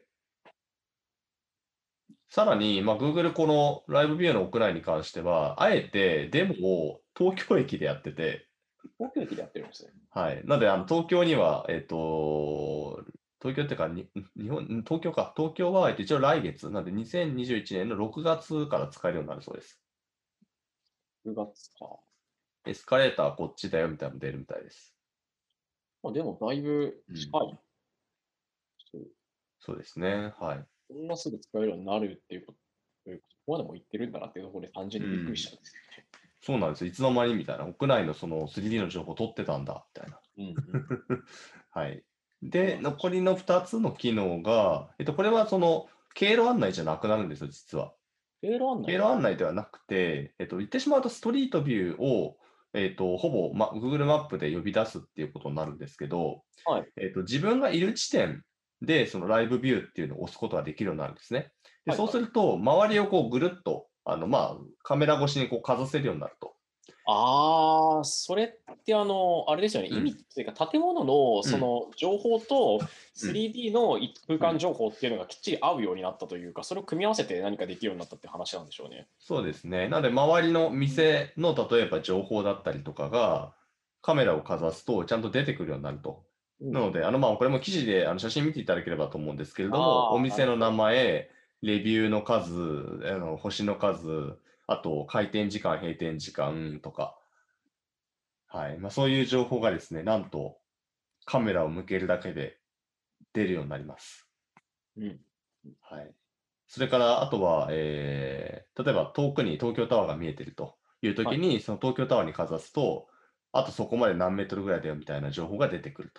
さらに、まあ、Google このライブビューの屋内に関しては、あえてデモを東京駅でやってて、 東京駅でやってるんですね。 はい。なので、あの、東京には、えっと、東京っていうか、に日本、東京か。東京は、えっと、一応来月、なんでにせんにじゅういちねんのろくがつから使えるようになるそうです。 くがつか。 エスカレーターこっちだよみたいなのも出るみたいです。 まあ、でもだいぶうん。 近い。そう、 そうですね。はい。 こんなすぐ使えるようになるっていうこと、ここまでも言ってるんだなっていうところで単純にびっくりしうん。 ちゃうんですそうなんですよ。いつの間にみたいな。屋内のその スリーディー の情報を取ってたんだ、みたいな。 けど。うんうん。 はい。で、 素晴らしい。 残りのふたつの機能が、えっと、これはその、経路案内じゃなくなるんですよ、実は。 経路案経内。 路案内ではなくて、えっと、言ってしまうとストリートビューを、えっと、ほぼ、ま、Google マップで呼び出すっていうことになるんですけど、 はい。 えっと、自分がいる地点で、そのライブビューっていうのを押すことができるようになるんですね。で、そうはいはい。 すると、周りをこうぐるっと、あの、まあ、カメラ越しにこうかざせるようになると。 ああ、それってあの、あれですよね、意味っうん、 ていうか、建物のうん、 その情報とうん、 スリーディー のい空うん。 間情報っていうのがきっちり合うようになったというか、それを組み合わせて何かできるようになったって話なんでしょうね。 そうですね。なので、周りの店の例えば情報だったりとかが、カメラをかざすとちゃんと出てくるようになると。 うんうん。 なので、あの、まあ、これも記事であの写真見ていただければと思うんですけれども、おああ、な店の名るほど。 前、レビューの数、あの、星の数、あと開店時間、閉店時間とか、はい。まあ、そういう情報がですね、なんとカメラを向けるだけで出るようになります。 うん。 はい。それから、あとは、えー例えば遠くに東京タワーが見えてるというはい。 時に、その東京タワーにかざすと、あとそこまで何メートルぐらいだよみたいな情報が出てくると。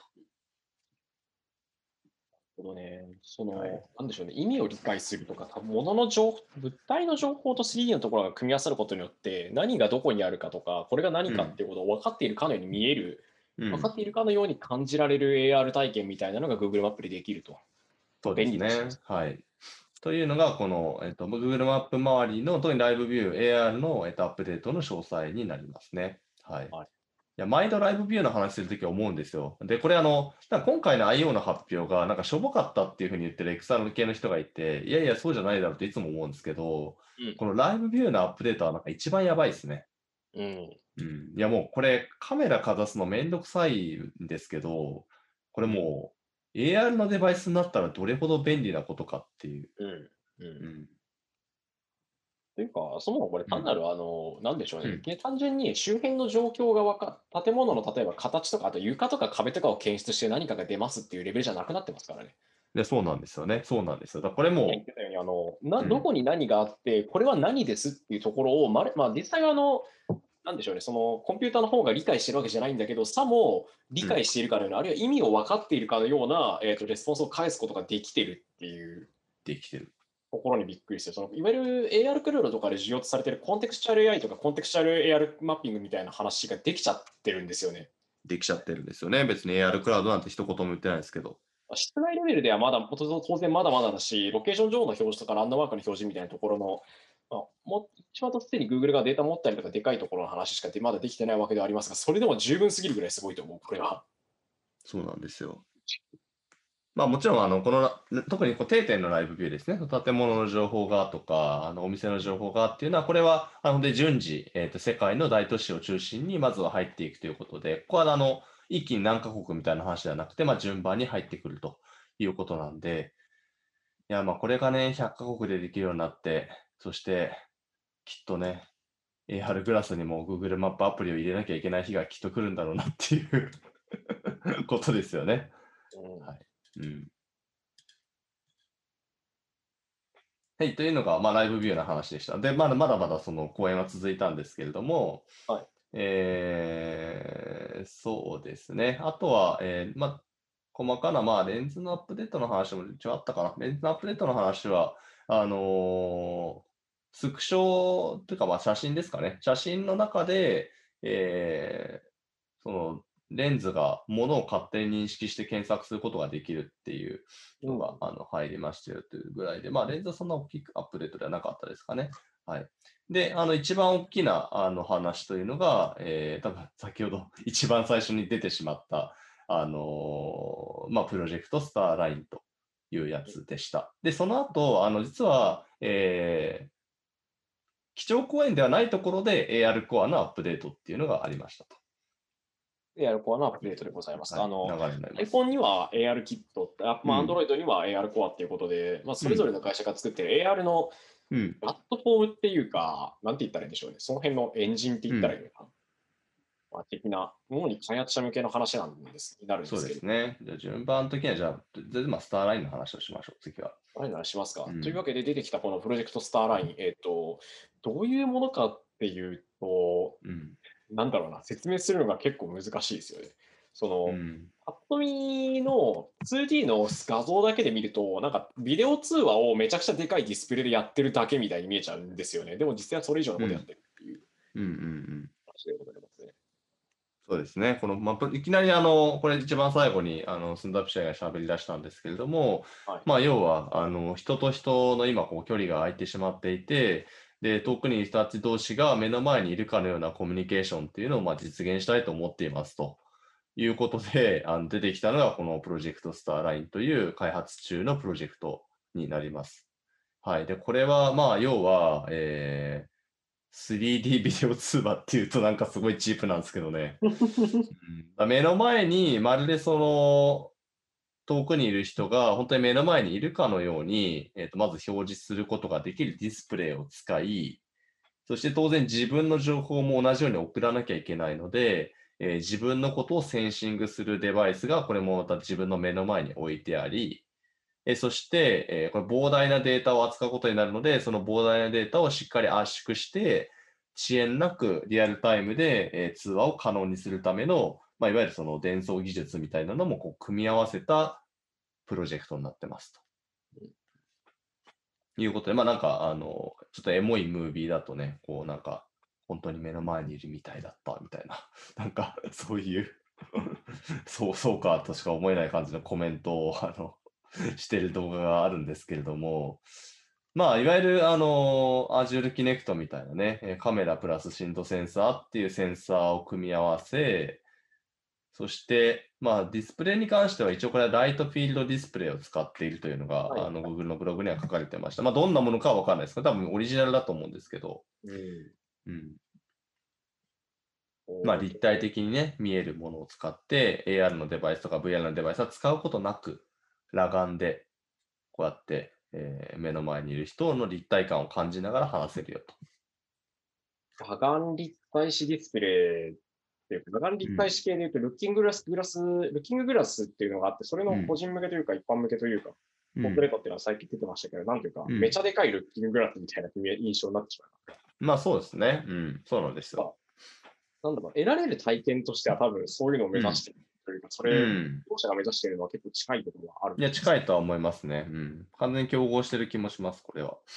ほどね。そはい。 の、なんでしょうね、意味を理解するとか、多分物の情報物体の情報と スリーディー のところが組み合わさることによって、何がどこにあるかとか、これが何かっうん。 ていうことを分かっているかのように見える、分かうん。 っているかのように感じられる エーアール 体験みたいなのが Google マップでできると。まあ、 そうで便すね。 利だしです。 はい。というのが、この、えっと、Google マップ周りの、特にライブビュー、エーアール の、えっと、アップデートの詳細になりますね。はい。いはい。 や、毎度ライブビューの話するときは思うんですよ。で、これあの、なんか今回の アイオー の発表が、なんかしょぼかったっていうふうに言ってるエクサル系の人がいて、いやいや、そうじゃないだろうっていつも思うんですけど、 うん。 このライブビューのアップデートはなんか一番やばいですね。 うん。 うん。いや、もうこれカメラかざすのめんどくさいんですけど、これうん。 もう エーアール のデバイスになったらどれほど便利なことかっていう。 うん。うん。 うん。 というか、そもそもこれうん。 単なるあの、なんでしょうね、 うん。 け単純に周辺の状況がわか建物の例えば形とか、あと床とか壁とかを検出して何かが出ますっていうレベルじゃなくなってますからね。 で、そうなんですよね。そうなんですよ。だからこれ今言っもてたように、あの、 う、 なうん。 どこに何があって、これは何ですっていうところを、まれまあ、実際はあの、なんでしょうね、そのコンピューターの方が理解してるわけじゃないんだけど、さも理うん。 解しているかのような、あるいは意味を分かっているかのような、えーと、レスポンスを返すことができてるっていうできてる。 ところにびっくりして、そのいわゆる エーアール クルードとかで需要とされているコンテクスチャル エーアイ とかコンテクスチャル エーアール マッピングみたいな話ができちゃってるんですよね。 できちゃってるんですよね。別に エーアール クラウドなんて一言も言ってないですけど。 室内レベルではまだ当然まだまだだし、ロケーション上の表示とかランドマークの表示みたいなところの、まあ、もう一番とすでに Google がデータ持ったりとかでかいところの話しかまだできてないわけではありますが、それでも十分すぎるぐらいすごいと思う、これは。 そうなんですよ。まあもちろん、あの、この、特にこう定点のライブビューですね。建物の情報がとか、あの、お店の情報がっていうのは、これは、あの、で、順次、えっと、世界の大都市を中心に、まずは入っていくということで、ここは、あの、一気に何カ国みたいな話ではなくて、まあ、順番に入ってくるということなんで、いや、まあ、これがね、ひゃっカ国でできるようになって、そして、きっとね、エーアール グラスにも Google マップアプリを入れなきゃいけない日がきっと来るんだろうなっていうことですよね。 うん。 はい。うん。はい、というのが、まあ、ライブビューの話でした。で、まだまだまだその講演は続いたんですけれども、 はい。 えー、そうですね。あとは、えー、まあ、細かな、まあ、レンズのアップデートの話も一応あったかな。レンズのアップデートの話は、あのースクショというか、まあ、写真ですかね。写真の中で、えー、その、レンズが物を勝手に認識して検索することができるっていうのが、 うん。 あの、入りましたよというぐらいで、まあ、レンズはそんな大きくアップデートではなかったですかね。はい。で、あの、一番大きな、あの、話というのが、えー、多分先ほど一番最初に出てしまった、あのーまあ、プロジェクトスターラインというやつでした。で、その後、あの、実は、えー、基調講演ではないところで エーアール コアのアップデートっていうのがありましたと。 エーアール コアのアップデートでございます。 はい。 あの、 流れになります。 iPhone には エーアール キット、あまあ、 うん。 Android には エーアール コアっていうことで、まあ、それぞうん。 れの会社が作ってる エーアール のうん。 プラットフォームっていうか、なんて言ったらいいんでしょうね。その辺のエンジンってうん。 言ったらいいのかな。まあ、的なものに開発者向けの話なんです、になるんでそうすけど。 ですね。じゃあ順番的には、じゃあ、とりあえずまあスターラインの話をしましょう、次は。 はい、ならしますか。といううん。 わけで出てきたこのプロジェクトスターライン、えっと、どういうものかっていうと、 うん。 なんだろうな、説明するのが結構難しいですよね。その、 うん。 パッと見の ツーディー の画像だけで見ると、なんかビデオ通話をめちゃくちゃでかいディスプレイでやってるだけみたいに見えちゃうんですよね。でも実際はそれ以上のうん。 ことやってるっていううん。うん。 話でございますね。 そうですね。この、まあ、いきなりあの、これ一番最後に、あの、スンダップ社が喋り出したんですけれども、 はい。 まあ、要は、あの、人と人の今、こう、距離が空いてしまっていて、で、遠くにいる人たち同士が目の前にいるかのようなコミュニケーションっていうのを、まあ、実現したいと思っていますということで、あの、出てきたのが、このプロジェクトスターラインという開発中のプロジェクトになります。はい。で、これは、まあ、要は、えー スリーディー ビデオ通話っていうとなんかすごいチープなんですけどね。うん、目の前にまるでその遠くにいる人が本当に目の前にいるかのように、えーと、まず表示することができるディスプレイを使い、そして当然自分の情報も同じように送らなきゃいけないので、 えー自分のことをセンシングするデバイスが、これもまた自分の目の前に置いてあり、えーそして、えーこれ膨大なデータを扱うことになるので、その膨大なデータをしっかり圧縮して、遅延なくリアルタイムで、えー通話を可能にするための、まあ、いわゆるその伝送技術みたいなのもこう組み合わせたプロジェクトになってますと。いうことで、まあなんか、あの、ちょっとエモいムービーだとね、こうなんか、本当に目の前にいるみたいだったみたいな、なんかそういうそう、そうかとしか思えない感じのコメントを、あの、してる動画があるんですけれども、まあ、いわゆる、あの、Azure Kinect みたいなね、えーカメラプラス振動センサーっていうセンサーを組み合わせ、そして、まあ、ディスプレイに関しては、一応これはライトフィールドディスプレイを使っているというのが、 はい。 あの、Google のブログには書かれてました。まあ、どんなものかはわかんないですけど、多分オリジナルだと思うんですけど、 うん。 うん。 おまあ、 ー立体的にね、見えるものを使って、エーアール のデバイスとか ブイアール のデバイスは使うことなく、裸眼で、こうやって、えー目の前にいる人の立体感を感じながら話せるよと。 裸眼立体視ディスプレイっていうか、裸眼立体視系で言うと、ルッキンググラス、グラス、ルッキンググラスっていうのがあって、それの個人向けというか、一般向けというか、 うんコンプレートっていうのは最近出てましたけど、なんていうか、 うんめちゃでかいルッキンググラスみたいな印象になってしまう。 まあ、そうですね。うん。そうなんですよ。 なんだろう、得られる体験としては多分そういうのを目指しているというか、それ、 うん。 当社が目指しているのは結構近いところがあるいや、 んです。 近いとは思いますね。うん。完全に競合してる気もします、これは。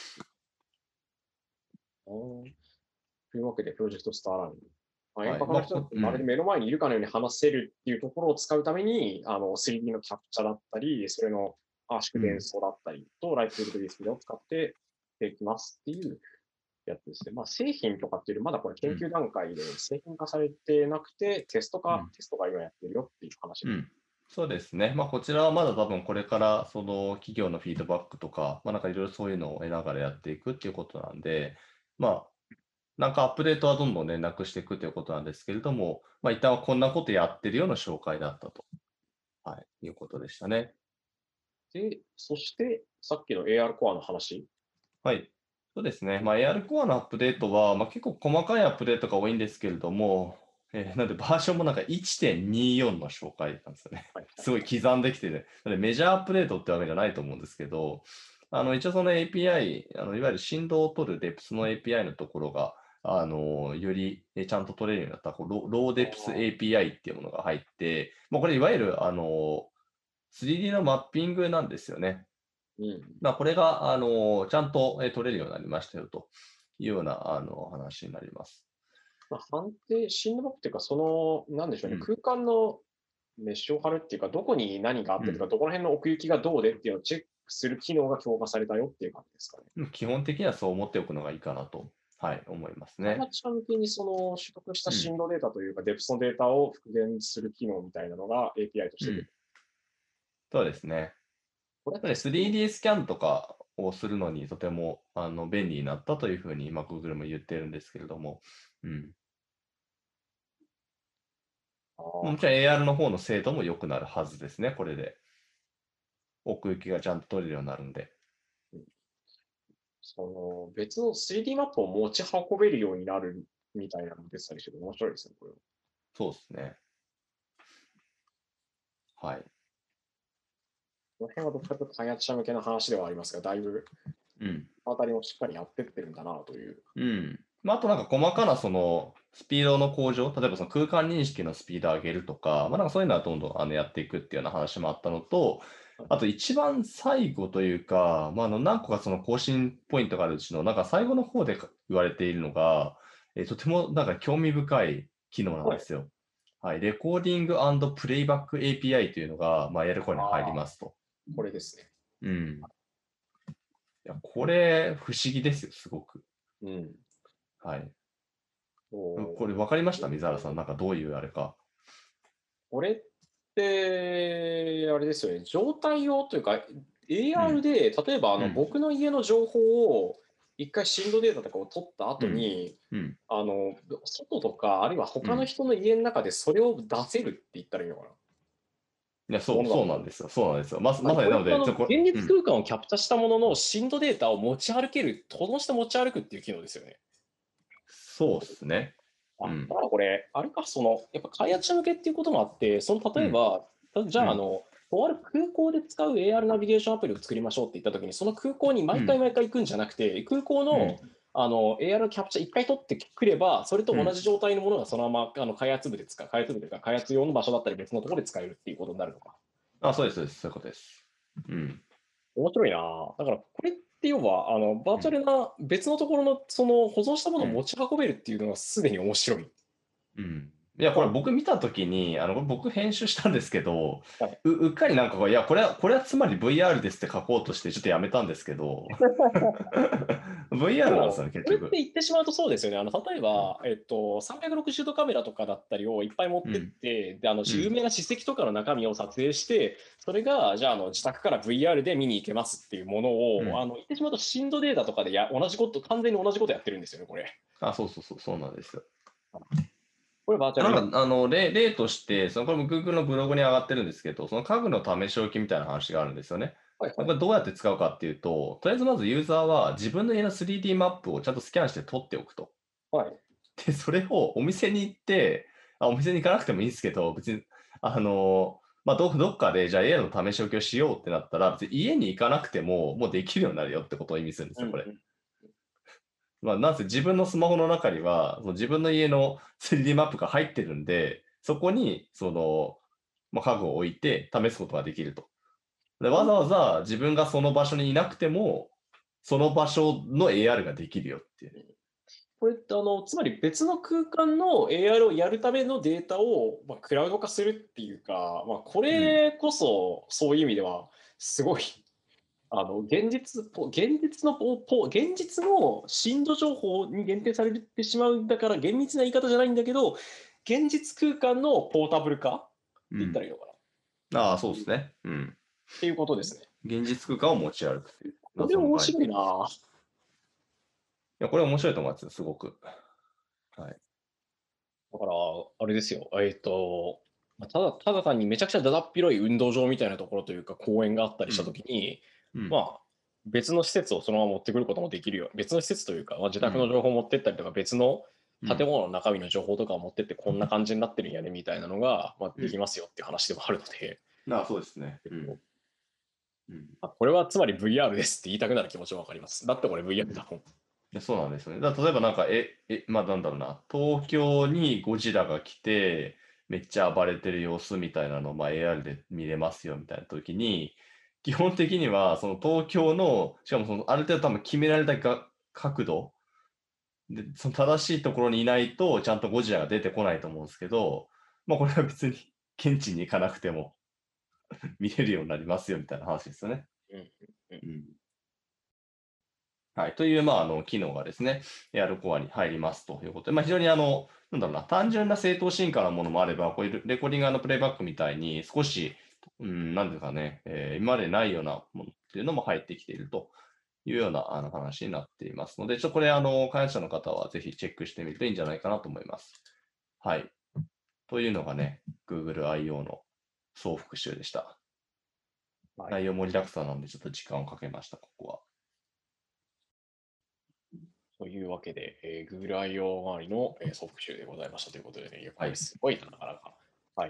うんというわけで、プロジェクトスターランニング。まあ、遠はい。 隔の人まあ、こ、 だとまるでうん。 目の前にいるかのように話せるっていうところを使うために、あの スリーディー のキャプチャだったり、それの圧縮伝送だったりと、ライトフィールドディスプレイを使ってできますっていうやつですね。まあ、製品とかっていうより、まだこれ研究段階で製品化されてなくて、テスト化、 うんテストが今やってるよっていう話です。 うん。そうですね。まあ、こちらはまだ多分これから、その企業のフィードバックとか、まあ、なんかいろいろそういうのを得ながらやっていくっていうことなんで、まあ、なんかアップデートはどんどんね、なくしていくということなんですけれども、まあ、一旦はこんなことやってるような紹介だったと、はい、いうことでしたね。 で、そしてさっきの エーアール コアの話。 はい。そうですね。まあ、エーアール コアのアップデートは、まあ、結構細かいアップデートが多いんですけれども、えーなんでバージョンもなんか いってんにじゅうよん の紹介なんですよね。 はい、 すごい刻んできてね。なのでメジャーアップデートってわけじゃないと思うんですけど、あの、一応その エーピーアイ、あの、いわゆる振動を取るデプスの エーピーアイ のところが、あの、よりえちゃんと取れるようになったこうロローデプス エーピーアイ っていうものが入って、もうこれいわゆるあの、スリーディー のマッピングなんですよね。 うん。 まあ、これが、あの、ちゃんと、え、取れるようになりましたよというような、あの、話になります。 まあ、判定、シンドバックっていうか、その、なんでしょうね、 うん。 空間のメッシュを貼るっていうか、どこに何があってとか、 うん。 どこら辺の奥行きがどうでっていうのをチェックする機能が強化されたよっていう感じですかね。 うん基本的にはそう思っておくのがいいかなと、はい、思いますね。 開発者向けにその取得したうん。 振動データというか、デプスのデータを復元する機能みたいなのが エーピーアイ として出てうん。 る。 そうですね。 これはやっぱりテストスリーディー スキャンとかをするのにとても、あの、便利になったというふうに、今、Google も言ってるんですけれども、うん。 あもちろんーエーアール の方の精度も良くなるはずですね、これで。奥行きがちゃんと取れるようになるんで。 その別の スリーディー マップを持ち運べるようになるみたいなの出てたりして面白いですね、これは。 そうですね。はい。 この辺はどっちかというと開発者向けの話ではありますが、だいぶうん。 あたりもしっかりやってってるんだなという。 うん。まあ、あとなんか細かなそのスピードの向上、例えばその空間認識のスピードを上げるとか、まあ、なんかそういうのはどんどんあのやっていくっていうような話もあったのと、あと一番最後というか、まあ、あの何個かその更新ポイントがあるうちの、なんか最後の方で言われているのが、えーとてもなんか興味深い機能なんはい。 ですよ。はい。レコーディングプレイバック エーピーアイ というのが、まあ、やる方に入りああ、 ますと。 これですね。 うん。いや、これ不思議ですよ、すごく。 うん。 はい。 おこれ分かりました水原さん。なんかどういうあれか。 これって、あれですよね、状態をというか、 うエーアールん。 で、例えばあのうん。 僕の家の情報を一回振動データとかを取った後うん。 に、 うん。 あの外とか、あるいは他のうん。 人の家の中でそれを出せるって言ったらいいのかな。 いや、そう、 ものだとそうなんですよ。そうなんですよ。まさ、 はい、 まさになので、 これってあのちょ、これ、 現実うん。 空間をキャプチャしたものの振動データを持ち歩ける、とどうして持ち歩くっていう機能ですよね。 そうっすね。 あ、だうん。 からこれ、あれか、その、やっぱ開発者向けっていうこともあって、その例えば、たじゃあ、あうん。 の、とある空港で使う エーアール ナビゲーションアプリを作りましょうって言ったときに、その空港に毎回うん。 毎回行くんじゃなくて、空港の、 うん。 あの エーアール キャプチャーいっかい取ってくれば、それとうん。 同じ状態のものがそのままあの開発部で使う、開発部というか、開発用の場所だったり別のところで使えるっていうことになるのか。 あ、そうです、そうです。そういうことです。うん。 面白いなぁ。だから、これって要は、あの、バーチャうん。 ルな別のところの、その保存したものをうん。 持ち運べるっていうのがすでに面白い。 うん。いや、これま僕見たときに、あの、僕編集したんですけど、 あ、はい。 ううっかりなんかこう、いや、これは、これはつまり ブイアール ですって書こうとして、ちょっとやめたんですけど、 でブイアール なんですよも、 ね、結これって局。 言ってしまうとそうですよね。あの例えうん。 ば、えっと、さんびゃくろくじゅうどカメラとかだったりをいっぱい持ってっうん。 て、であの有うん。 名な史跡とかの中身を撮影して、それがじゃあ、あの自宅から ブイアール で見に行けますっていうものを、あうん。 の言ってしまうと、震度データとかでや同じこと、完全に同じことやってるんですよね、これ。 あ、そうそうそう、そうなんですよ。 これバーチャルリアル。 なんか、あの、例、例として、その、これも Google のブログに上がってるんですけど、その家具の試し置きみたいな話があるんですよね。 はいはい。 これどうやって使うかっていうと、とりあえずまずユーザーは自分の家の スリーディー マップをちゃんとスキャンして撮っておくと。 はい。 で、それをお店に行って、あ、お店に行かなくてもいいんですけど、別に、あの、まあ、どどっかで、じゃあ エーアール の試し置きをしようってなったら、別に家に行かなくても、もうできるようになるよってことを意味するんですよ、これ。 うんうん。 まあ、なんせ自分のスマホの中には、その自分の家の スリーディー マップが入ってるんで、そこに、その、まあ、家具を置いて試すことができると。で、わざわざ自分がその場所にいなくても、その場所の エーアール ができるよっていうね。 これってあの、つまり別の空間の エーアール をやるためのデータを、まあ、クラウド化するっていうか、まあ、こうん。 れこそそういう意味ではすごいあの現実ポ現実のポポ現実の震度情報に限定されてしまうんだから厳密な言い方じゃないんだけど、現実空間のポータブル化ってうん。 言ったらいいのかなっああ、そうていうですね。うん。 ていうことですね。 現実空間を持ち歩くというこれ謎の概念。い面白いな。 や、これ面白いと思いますよ、すごく。はい。 だから、あれですよ、えっと、まあただ、ただ単にめちゃくちゃだだっ広い運動場みたいなところというか、公園があったりしたとうん。 きに、 うん。 まあ、別の施設をそのまま持ってくることもできるよ。別の施設というか、まあ、自うん。 宅の情報を持ってったりとか、別のうん。 建物の中身の情報とかを持ってって、こんな感じになってるんやねみたいなのが、まあ、 うん。 できますよっていう話でもあるので、 ああ、そうですね。うん。うん。 あこれはつまり ブイアール ですって言いたくなる気持ちはわかります。だってこれ ブイアール だもん。 いや、そうなんですよね。だから例えばなんか、え、え、まあなんだろうな、東京にゴジラが来て、めっちゃ暴れてる様子みたいなのを、まあ、エーアール で見れますよみたいな時に、基本的にはその東京の、しかもそのある程度多分決められたが角度で、その正しいところにいないと、ちゃんとゴジラが出てこないと思うんですけど、まあこれは別に現地に行かなくても見れるようになりますよみたいな話ですよね。 うんうんうん。はい。という、まあ、あの、機能がですね、エーアール コアに入りますということで、まあ、非常にあの、なんだろうな、単純な正当進化なものもあれば、こういうレコーディングのプレイバックみたいに少し、うん、なんですかね、えー今までないようなものっていうのも入ってきているというようなあの話になっていますので、ちょっとこれ、あの、開発者の方はぜひチェックしてみるといいんじゃないかなと思います。はい。というのがね、Google アイオー の総復習でした。 はい。 内容盛りだくさんなので、ちょっと時間をかけました、ここは。 というわけで、えー Google アイオー 周りの、えー、復習でございましたということでね、いや、こはい。 れすごいな、なかなか。はい。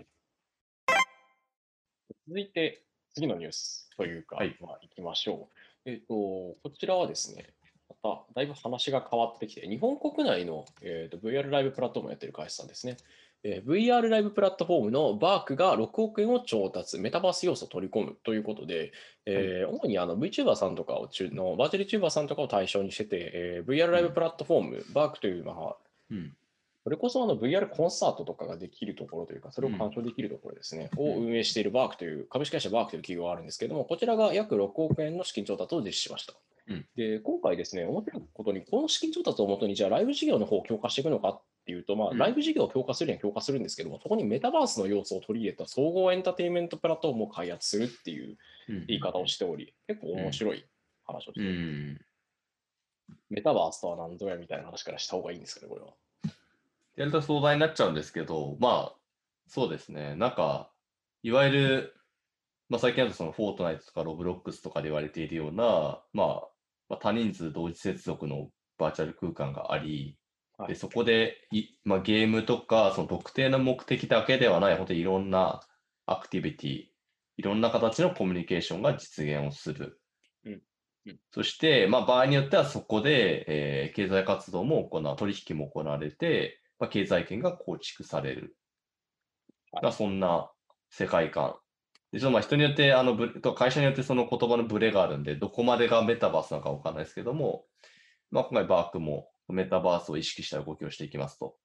続いて、次のニュースというか、 はい。 まあ、行きましょう。えっと、こちらはですね、また、だいぶ話が変わってきて、日本国内の、えーと ブイアール ライブプラットフォームをやってる会社さんですね。えー ブイアール ライブプラットフォームのバークがろくおくえんを調達、メタバース要素を取り込むということで、 はい。 えー主にあの VTuber さんとかを中の、バーチャル YouTuber さんとかを対象にしてて、えー ブイアールうん。 ライブプラットフォーム、バークという、まあ、 うん。 それこそあの ブイアール コンサートとかができるところというか、それをうん。 鑑賞できるところですね、 うん。 を運営しているバークという、株式会社バークという企業があるんですけれども、こちらが約ろくおくえんの資金調達を実施しました。 うん。 で、今回ですね、面白いことに、この資金調達をもとに、じゃあライブ事業の方を強化していくのかっていうと、まあ、 うん。 ライブ事業を強化するには強化するんですけども、そこにメタバースの要素を取り入れた総合エンターテインメントプラットフォームを開発するっていううん。 言い方をしており、結構うん。 面白い話をしうております。 ん。 メタバースとは何ぞやみたいな話からした方がいいんですかね、これは。 やると壮大になっちゃうんですけど、まあ、そうですね。なんか、いわゆる、まあ最近だとそのフォートナイトとかロブロックスとかで言われているような、まあ、まあ、多人数同時接続のバーチャル空間があり、 で、 はい。 そこでい、まあ、ゲームとか、その特定の目的だけではない、本当にいろんなアクティビティ、いろんな形のコミュニケーションが実現をする。 うん。うん。 そして、まあ、場合によってはそこで、えー経済活動も行う、取引も行われて、まあ、経済圏が構築される。まあ、 はい。 そんな世界観。で、ちょっとまあ人によって、あの、ぶと会社によってその言葉のブレがあるんで、どこまでがメタバースなのかわかんないですけども、まあ、今回バークもメタバースを意識した動きをしていきますと。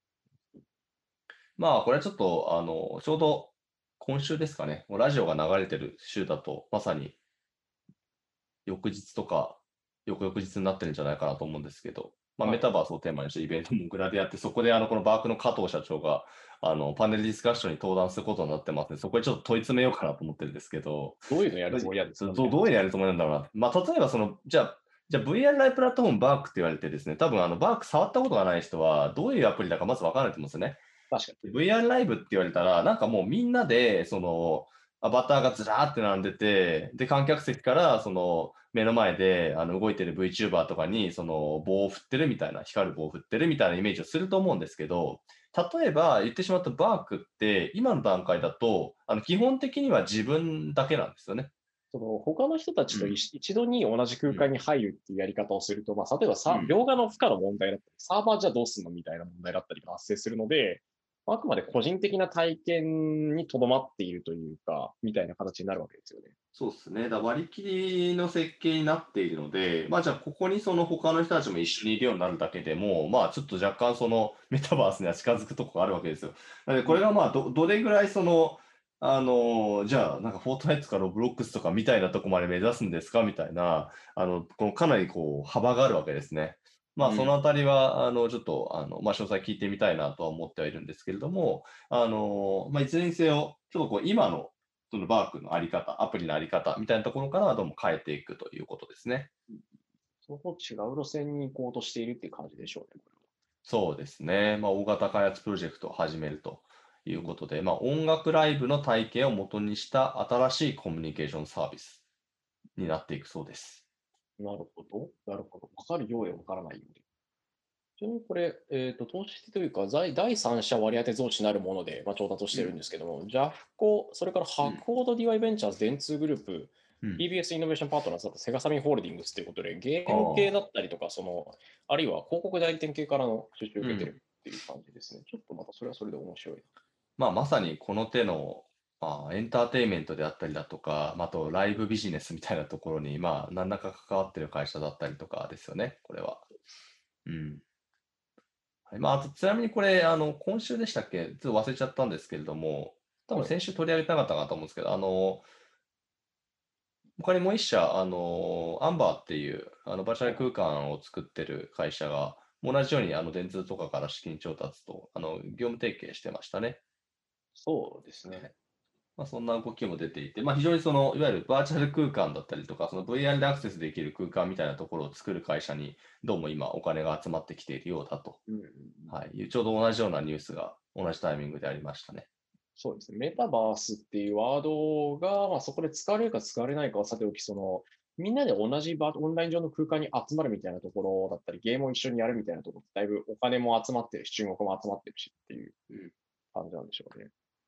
まあ、これはちょっと、あの、ちょうど今週ですかね、もうラジオが流れてる週だと、まさに翌日とか、翌々日になってるんじゃないかなと思うんですけど、まあ、 はい。 メタバースをテーマにしたイベントもグラでやって、そこであのこのバークの加藤社長があのパネルディスカッションに登壇することになってますので、そこでちょっと問い詰めようかなと思ってるんですけど、 どういうのやるつもりなんですかみたいな話。 どどういうのやるつもりなんだろうな。まあ、例えばその、じゃあ、じゃあ ブイアール ライブプラットフォームバークって言われてですね、多分あのバーク触ったことがない人は、どういうアプリだかまずわからないと思うんですよね。 確かに。 ブイアール ライブって言われたら、なんかもうみんなで、その、アバターがずらーって並んでて、で、観客席からその目の前であの動いてる VTuber とかにその棒を振ってるみたいな、光る棒を振ってるみたいなイメージをすると思うんですけど、例えば言ってしまったバークって今の段階だと、あの基本的には自分だけなんですよね。 その他の人たちとうん。 一一度に同じ空うん。 間に入るっていうやり方をすると、まあ、例えばさ、 うん。 描画の負荷の問題だったり、サーバーじゃどうすんのみたいな問題だったりが発生するので、あくまで個人的な体験にとどまっているというか、みたいな形になるわけですよね。 そうですね。だ割り切りの設計になっているので、まあじゃあここにその他の人たちも一緒にいるようになるだけでも、まあちょっと若干そのメタバースには近づくところがあるわけですよ。なのでこれがまあど、どれぐらいその、あの、じゃあなんかフォートナイトとかロブロックスとかみたいなとこまで目指すんですかみたいな、あの、このかなりこう幅があるわけですね。まあそのうん。 あたりは、あの、ちょっと、あの、まあ詳細聞いてみたいなとは思ってはいるんですけれども、あの、まあいずれにせよ、ちょっとこう今のそのバークのあり方、アプリのあり方みたいなところからどうも変えていくということですね。 そこ違う路線に行こうとしているっていう感じでしょうね、こそうですね。まあ、大型開発プロジェクトを始めるといれは。 うことで、まあ、音楽ライブの体験を元にした新しいコミュニケーションサービスになっていくそうです。 うん、なるほど。なるほど。わかるようでわからないようで。ちなみにこれ、えっと、投資というか、在第三者割当増資なるもので、まあ、調達してるんうん。 ですけども、ジャフコ、それからうん。 ハクオード ディーワイ ベンチャーズ、電通グループ、 うん。 ティービーエス イノベーションパートナーズだとセガサミンホールディングスということで、ゲあーム系だあ。 ったりとか、その、あるいは広告代理店系からの出資をうん。 受けてるっていう感じですね。ちょっとまたそれはそれで面白い。 まあ、まさにこの手の、まあ、エンターテインメントであったりだとか、まああとライブビジネスみたいなところに、まあ、何らか関わってる会社だったりとかですよね、これは。うん。はい、まあ、あと、ちなみにこれ、あの、今週でしたっけ、ちょっと忘れちゃったんですけれども、多分はい。 先週取り上げたかったかと思うんですけど、あの、他にもう一社、あの、アンバーっていう、あの、バーチャル空間を作ってる会社が、同じように、あの、電通とかから資金調達と、あの、業務提携してましたね。 そうですね。 はい。まあ、そんな動きも出ていて、まあ、非常にその、いわゆるバーチャル空間だったりとか、その ブイアール でアクセスできる空間みたいなところを作る会社に、どうも今お金が集まってきているようだと、 うんうんうん。 はい、ちょうど同じようなニュースが同じタイミングでありましたね。 そうですね。メタバースっていうワードが、まあ、そこで使われるか使われないかはさておき、その、みんなで同じ場、オンライン上の空間に集まるみたいなところだったり、ゲームを一緒にやるみたいなところだいぶお金も集まってるし、中国も集まってるしっていう感じなんでしょうね。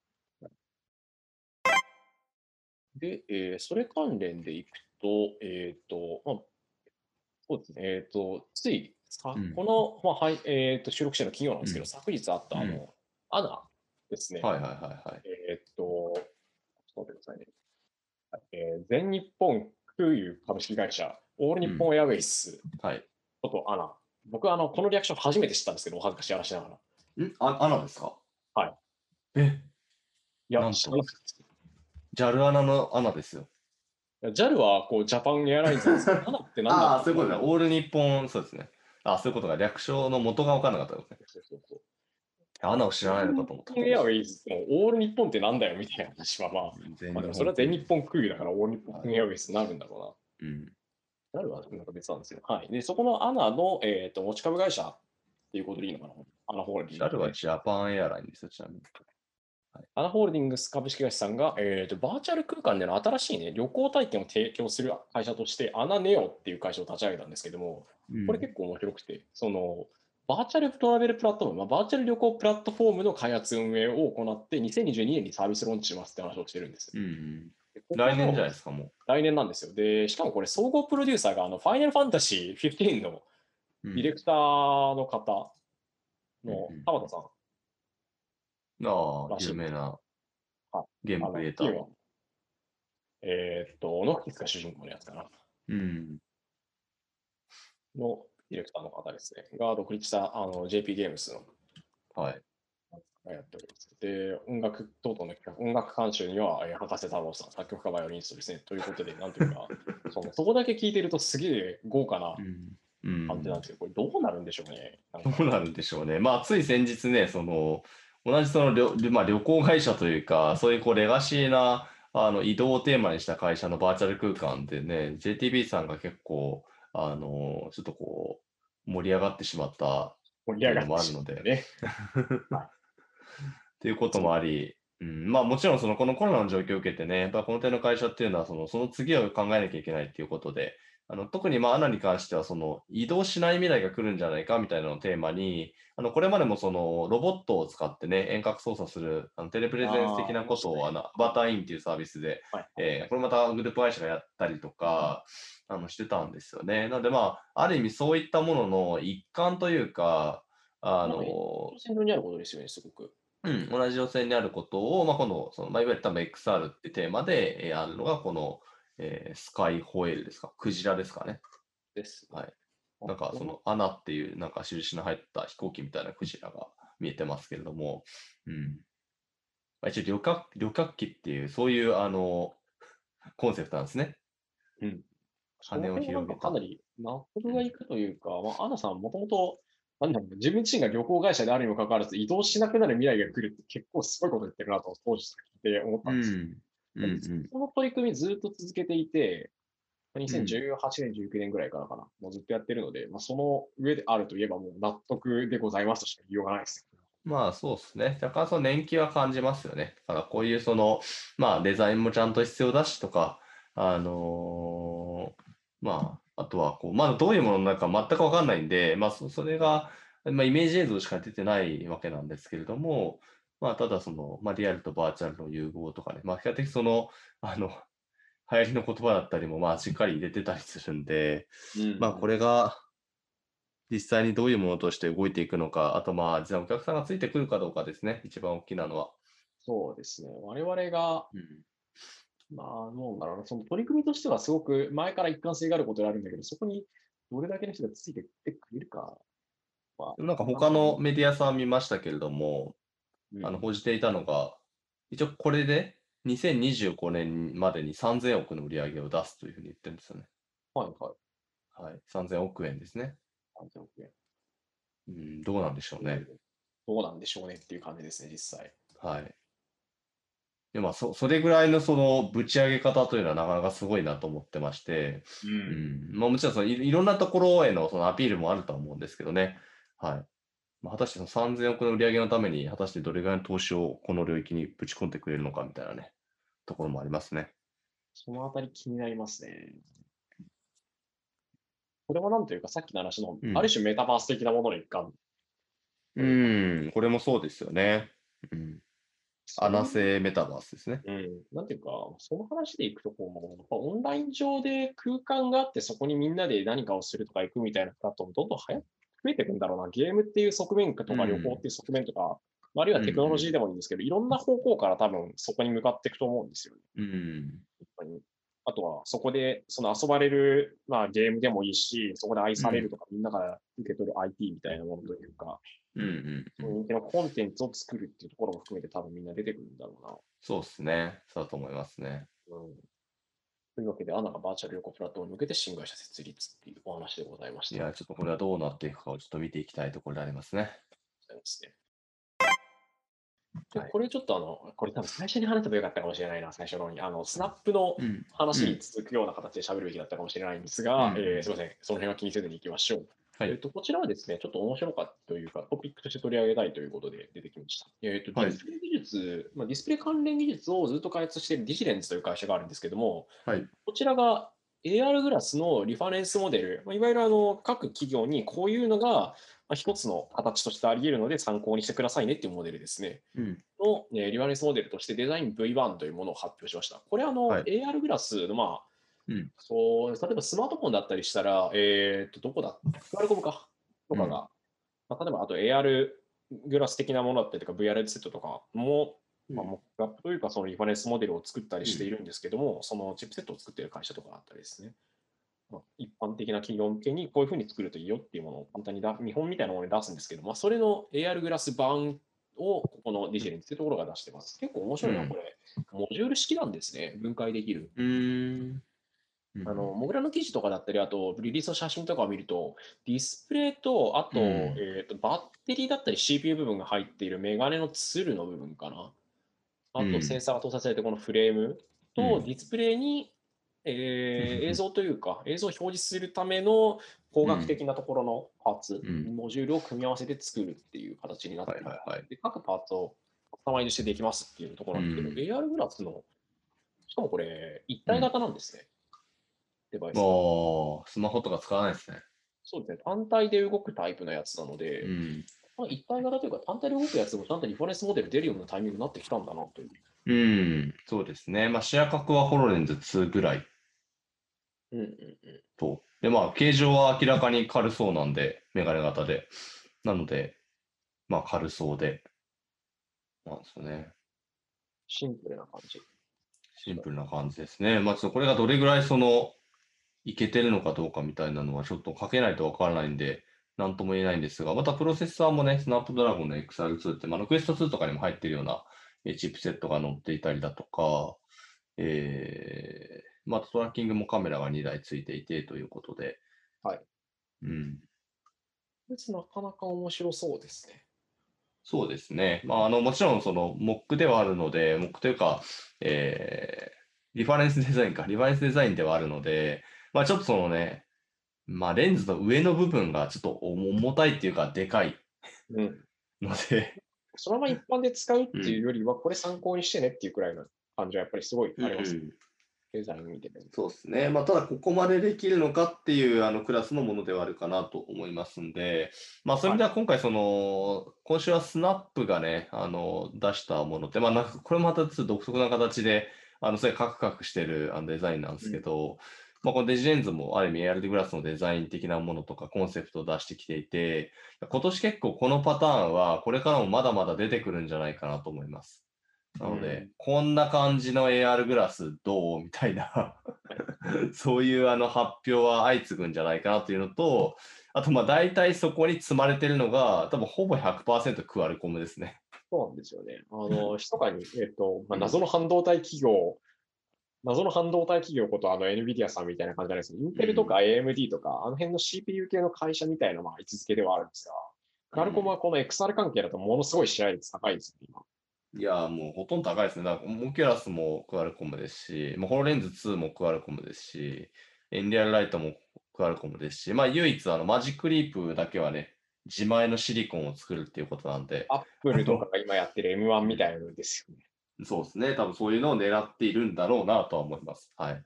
で、えーそれ関連でいくと、えっと、まあ、そうですね。えっと、つい、さ、 うん。 この、まあ、はい、えっと、収録してるの金曜なんですけど、 うん。 昨日あった、 うん。 あの、アナですね。 はいはいはいはい。 えっと、ちょっと待ってくださいね。えー全日本空輸株式会社、オールうん。 日本エアウェイスはい。 ことアナ。僕はあのこのリアクション初めて知ったんですけど、お恥ずかしい話しながら。 んあ、アナですか？ はえ、 い。いや、 なんと。 知らなかったです。 ジャルアナのアナですよ。 いや ジャル はこうジャパンエアラインズなんですけど、アナって何なんああ、 だろうな。 そういうことね。オール日本、そうですね。ああ、そういうことが略称の元が分からなかったですね。 そうそうそう。 アナを知らないのかオール日と思った。 本エアウェイズのオール日本ってなんだよみたいな話はまあ、まあで全日もそれは全日本空輸。 本空輸だからオール日はい。 本エアウェイズになるんだろうん。 うな。ジャルはなんか別なんですよ。はい。で、そこのアナの、えーと持ち株会社っていうことでいいのかな。アナホールディングジャルスで。 はジャパンエアラインですよ、ちなみに。はい。 アナホールディングス株式会社さんが、えーと、バーチャル空間での新しい、ね、旅行体験を提供する会社として、アナネオっていう会社を立ち上げたんですけども、 うん。 これ結構面白くて、そのバーチャルトラベルプラットフォーム、まあ、バーチャル旅行プラットフォームの開発運営を行って、にせんにじゅうにねんにサービスローンチしますって話をしてるんです。 うん。 でここ来年じゃないのですか、も来年なんですよ。で、しかもこれ、総合プロデューサーがあのファイナルファンタジーじゅうごのう。うん。 ディレクターの方うんのうん田畑さんああ、 らしいんです。 有名なはい。 ゲームあの、 クリエイターの。 チームは、えーっと、ノクティスが主人公のやつかな。 うん。 のディレクターの方ですね。が独立したあの ジェーピー ゲームスのはい。 がやっております。で、音楽等々の企画、音楽監修には、えー博士太郎さん、作曲家バイオリニストですね。ということで、なんていうか、そのそこだけ聞いてるとすげえ豪華なうん。うん。 感じなんですけど、これどうなるんでしょうね。なんか、 どうなるんでしょうね。まあ、つい先日ね、その、同じその旅、旅まあ、旅行会社というか、そういうこうレガシーなあの移動をテーマにした会社のバーチャル空間でね、ジェーティービー さんが結構、あの、ちょっとこう、盛り上がってしまったっ盛りていうの上がってしもあるので、 まってね。はい。 ということそう。 もあり、うん、まあもちろんそのこのコロナの状況を受けてね、やっぱこの点の会社っていうのはそのその次を考えなきゃいけないっていうことで、あの特にまあアナに関してはその移動しない未来が来るんじゃないかみたいなのをテーマに、あのこれまでもそのロボットを使ってね、遠隔操作するあのテレプレゼンスああ、あ的なりましたね。 ことをあのアバターインっていうサービスで、 はいはいはい。 えーこれまたグループ会社がやったりとか、あのしてたんですよね。なのでまあ、ある意味そういったものの一環というか、あなんか、 の、 線上にあることですよね、すごく。 うん、同じ路線にあることを、まあ、今度、その、まあ、いわゆる多分 エックスアール ってテーマで、えーあるのが、この、えースカイホエールですか、クジラですかね。 ですね。 はい。 あ、 なんか、 この、 その、アナっていう、なんか、印の入った飛行機みたいなクジラが見えてますけれども、うん。まあ、一応、旅客、旅客機っていう、そういう、あの、コンセプトなんですね。 うん。その羽を辺はなんか広げた。 かなり納得がいうん。 くというか、まあ、アナさんもともと、なんだろう、自分自身が旅行会社であるにもかかわらず移動しなくなる未来が来るって結構すごいこと言ってるなと当時聞いて思ったんです。 うん。うん。 でもうん。 その取り組みずっと続けていて、 うんにせんじゅうはちねん、じゅうきゅうねんぐらいからかな、もうずっとやってるので、まあ、その上であるといえばもう納得でございますとしか言いようがないですね。 まあそうですね。若干その年季は感じますよね。だからこういうその、まあデザインもちゃんと必要だしとか、あのーまあ、あとはこう、まだどういうものなのか全くわかんないんで、まあそ、それが、まあイメージ映像しか出てないわけなんですけれども、まあただその、まあリアルとバーチャルの融合とかね、まあ比較的その、あの、流行りの言葉だったりもまあしっかり入れてたりするんで、 うんうまあこん。 れが、実際にどういうものとして動いていくのか、あとまあ、じゃあお客さんがついてくるかどうかですね、一番大きなのは。 そうですね。我々が、 うん。 まあ、どうなんだろうな、その取り組みとしてはすごく前から一貫性があることであるんだけど、そこにどれだけの人がついてきてくれるかは、 でもなんかなかなかね。 他のメディアさん見ましたけれども、あの、 うん。 報じていたのが、一応これでにせんにじゅうごねんまでにさんぜんおくの売り上げを出すというふうに言ってるんですよね。 はいはい。 はい。さんぜんおく円ですね。 さんぜんおく円。 うん、どうなんでしょうね。 どうなんでしょうねっていう感じですね、実際。 はい。で、まあ、そ、それぐらいのそのぶち上げ方というのはなかなかすごいなと思ってまして、 うん。 うん。まあもちろんそのい、いろんなところへのそのアピールもあるとは思うんですけどね。はい。まあ、果たしてそのさんぜんおくの売り上げのために、果たしてどれぐらいの投資をこの領域にぶち込んでくれるのかみたいなね、ところもありますね。 そのあたり気になりますね。これもなんというか、さっきの話の、 うん。 ある種メタバース的なものの一環うというか、 ん、これもそうですよね。うん。アナそういう、 製メタバースですね。 うん、なんていうか、その話でいくと、こう、やっぱオンライン上で空間があって、そこにみんなで何かをするとか行くみたいなプラットフォーム、どんどん流行増えていくんだろうな。ゲームっていう側面とか、旅行っうん。 ていう側面とか、あるいうん、 はテクノロジーうん。 でもいいんですけど、いろんな方向から多分そこに向かっていくと思うんですよね。 うん。 本当に。あとは、そこで、その遊ばれる、まあゲームでもいいし、そこで愛うん。 されるとか、みんなから受け取る アイティー みたいなものというか、 うん。うん。うん。 そういう人気のコンテンツを作るっていうところも含めて多分みんな出てくるんだろそうですね。そうだと思いますね。 うな。うん。というわけで、アナがバーチャル旅行プラットフォームに向けて新会社設立っていうお話でございました。 いや、ちょっとこれはどうなっていくかをちょっと見ていきたいところでありますね。 そうですね。で、 はい。 これちょっとあの、これ多分最初に話せばよかったかもしれないな、最初の方に。あの、スナップのうん。う話にん。 続くような形で喋るべきだったかもしれないんですうん。うが、えーすん。 みません。その辺は気にせずに行きましょう。 はい。 えっと、こちらはですね、ちょっと面白かったというか、トピックとして取り上げたいということで出てきました。えっと、デはい。 ィスプレイ技術、まあ、ディスプレイ関連技術をずっと開発しているディジレンズという会社があるんですけども、 はい。 こちらがエーアール グラスのリファレンスモデル、まあ、いわゆるあの各企業にこういうのがまあ一つの形としてあり得るので参考にしてくださいねっていうモデルですね。 うん。 の、えーリファレンスモデルとしてデザイン ブイワン というものを発表しました。これあのはい。 エーアール グラスのまあうん。 そう例えばスマートフォンだったりしたら、えー、とどこだ ?クーアール コムかとうん。 かが、まあ、例えばあと エーアール グラス的なものだったりとか ブイアール ヘッドセットとかも、まあ、 うん。 モックアップというかそのリファレンスモデルを作ったりうん。 しているんですけども、そのチップセットを作っている会社とかあったりですね。まあ、一般的な企業向けにこういうふうに作るといいよっていうものを簡単にだ見本みたいなものに出すんですけど、まあ、それの エーアール グラス版をここのディジェリンっていうところが出してます。結構面白いのはこうん。 れ、モジュール式なんですね。分解できる。 うーん。うん。 あの、モグラの記事とかだったり、あと、リリースの写真とかを見ると、ディスプレイと、あうと、 ん。 えっと、バッテリーだったり シーピーユー 部分が入っているメガネのツルの部分かな。あと、センうん。 サーが搭載されてこのフレームと、 うん。 ディスプレイに、 うん。 えー映像というか、映像を表示するための工うん。 学的なところのパーツ、 うん。 モジュールを組み合わせて作るっていう形になっはいていて、 はいはい。 で各パーツをカスタマイズしてできますっていうところなんですけど、 うん。 エーアール グラスの、しかもこれ、一体うん。 型なんですね、デバイスが。 ああ、スマホとか使わないですね。 そうですね、単体で動くタイプのやつなので、 うん。 まあ、一体型というか、単体で動くやつでもちゃんとリファレンスモデル出るようなタイミングになってきたんだなという。 うん。そうですね。まあ、シェア角はホロレンズツーぐらいうんうんうん。 と。で、まあ、形状は明らかに軽そうなんで、メガネ型で。なので、まあ、軽そうで、なんですよね。 シンプルな感じ。 シンプルな感じですね。まあ、ちょっとこれがどれぐらいその、いけてるのかどうかみたいなのはちょっとかけないとわからないんで、なんとも言えないんですが、またプロセッサーもね、スナップドラゴンの エックスアールツー って、まあ、クエストツーとかにも入ってるようなえーチップセットが載っていたりだとか、えー、まあ、トラッキングもカメラがにだいついていてということで、 はい。 うん、 こいつなかなか面白そうですね。 そうですね。まあ、あの、もちろんその、モックではあるので、モックというか、えー、リファレンスデザインか、リファレンスデザインではあるので、まあ、ちょっとそのね、まあ、レンズの上の部分がちょっと重たいっていうか、でかいうん。 ので、 そのまま一般で使うっうん。 ていうよりは、これ参考にしてねっていうくらいの感じはやっぱりすごいうんうあります。 ん。 デザイン見てても。 そうですね。まあ、ただ、ここまでできるのかっていうあのクラスのものではあるかなと思いますんで、まあ、そういう意味はい。 では今回、その、今週はスナップがね、あの、出したものって、まあ、なんかこれもまたちょっと独特な形で、あの、それカクカクしてるあのデザインなんですけうん。 ど、まあ、このデジレンズもある意味 エーアール グラスのデザイン的なものとかコンセプトを出してきていて、今年結構このパターンはこれからもまだまだ出てくるんじゃないかなと思います。なので、 うん。 こんな感じの エーアール グラスどうみたいなはい。 そういうあの発表は相次ぐんじゃないかなというのと、あとまあ大体そこに積まれてるのが、多分ほぼひゃくパーセントクアルコムですね。 そうなんですよね。あの、密かに、えっと、まあ、 うん。 謎の半導体企業、謎の半導体企業ことあの エヌビディア さんみたいな感じじゃないですけど、インうん。 テルとか エーエムディー とか、あの辺の シーピーユー 系の会社みたいなまあ位置づけではあるんですが、クアルコムうん。 はこの エックスアール 関係だとものすごい支配率高いですね、今。 いやー、もうほとんど高いですね。だからオキュラスもクアルコムですし、もうホロレンズツーもクアルコムですし、エンリアルライトもクアルコムですし、まあ唯一あのマジックリープだけはね、自前のシリコンを作るっていうことなんで、 アップルとかあの、 が今やってる エムワン みうん、 たいなのですよね。 そうですね。多分そういうのを狙っているんだろうなとは思います。はい。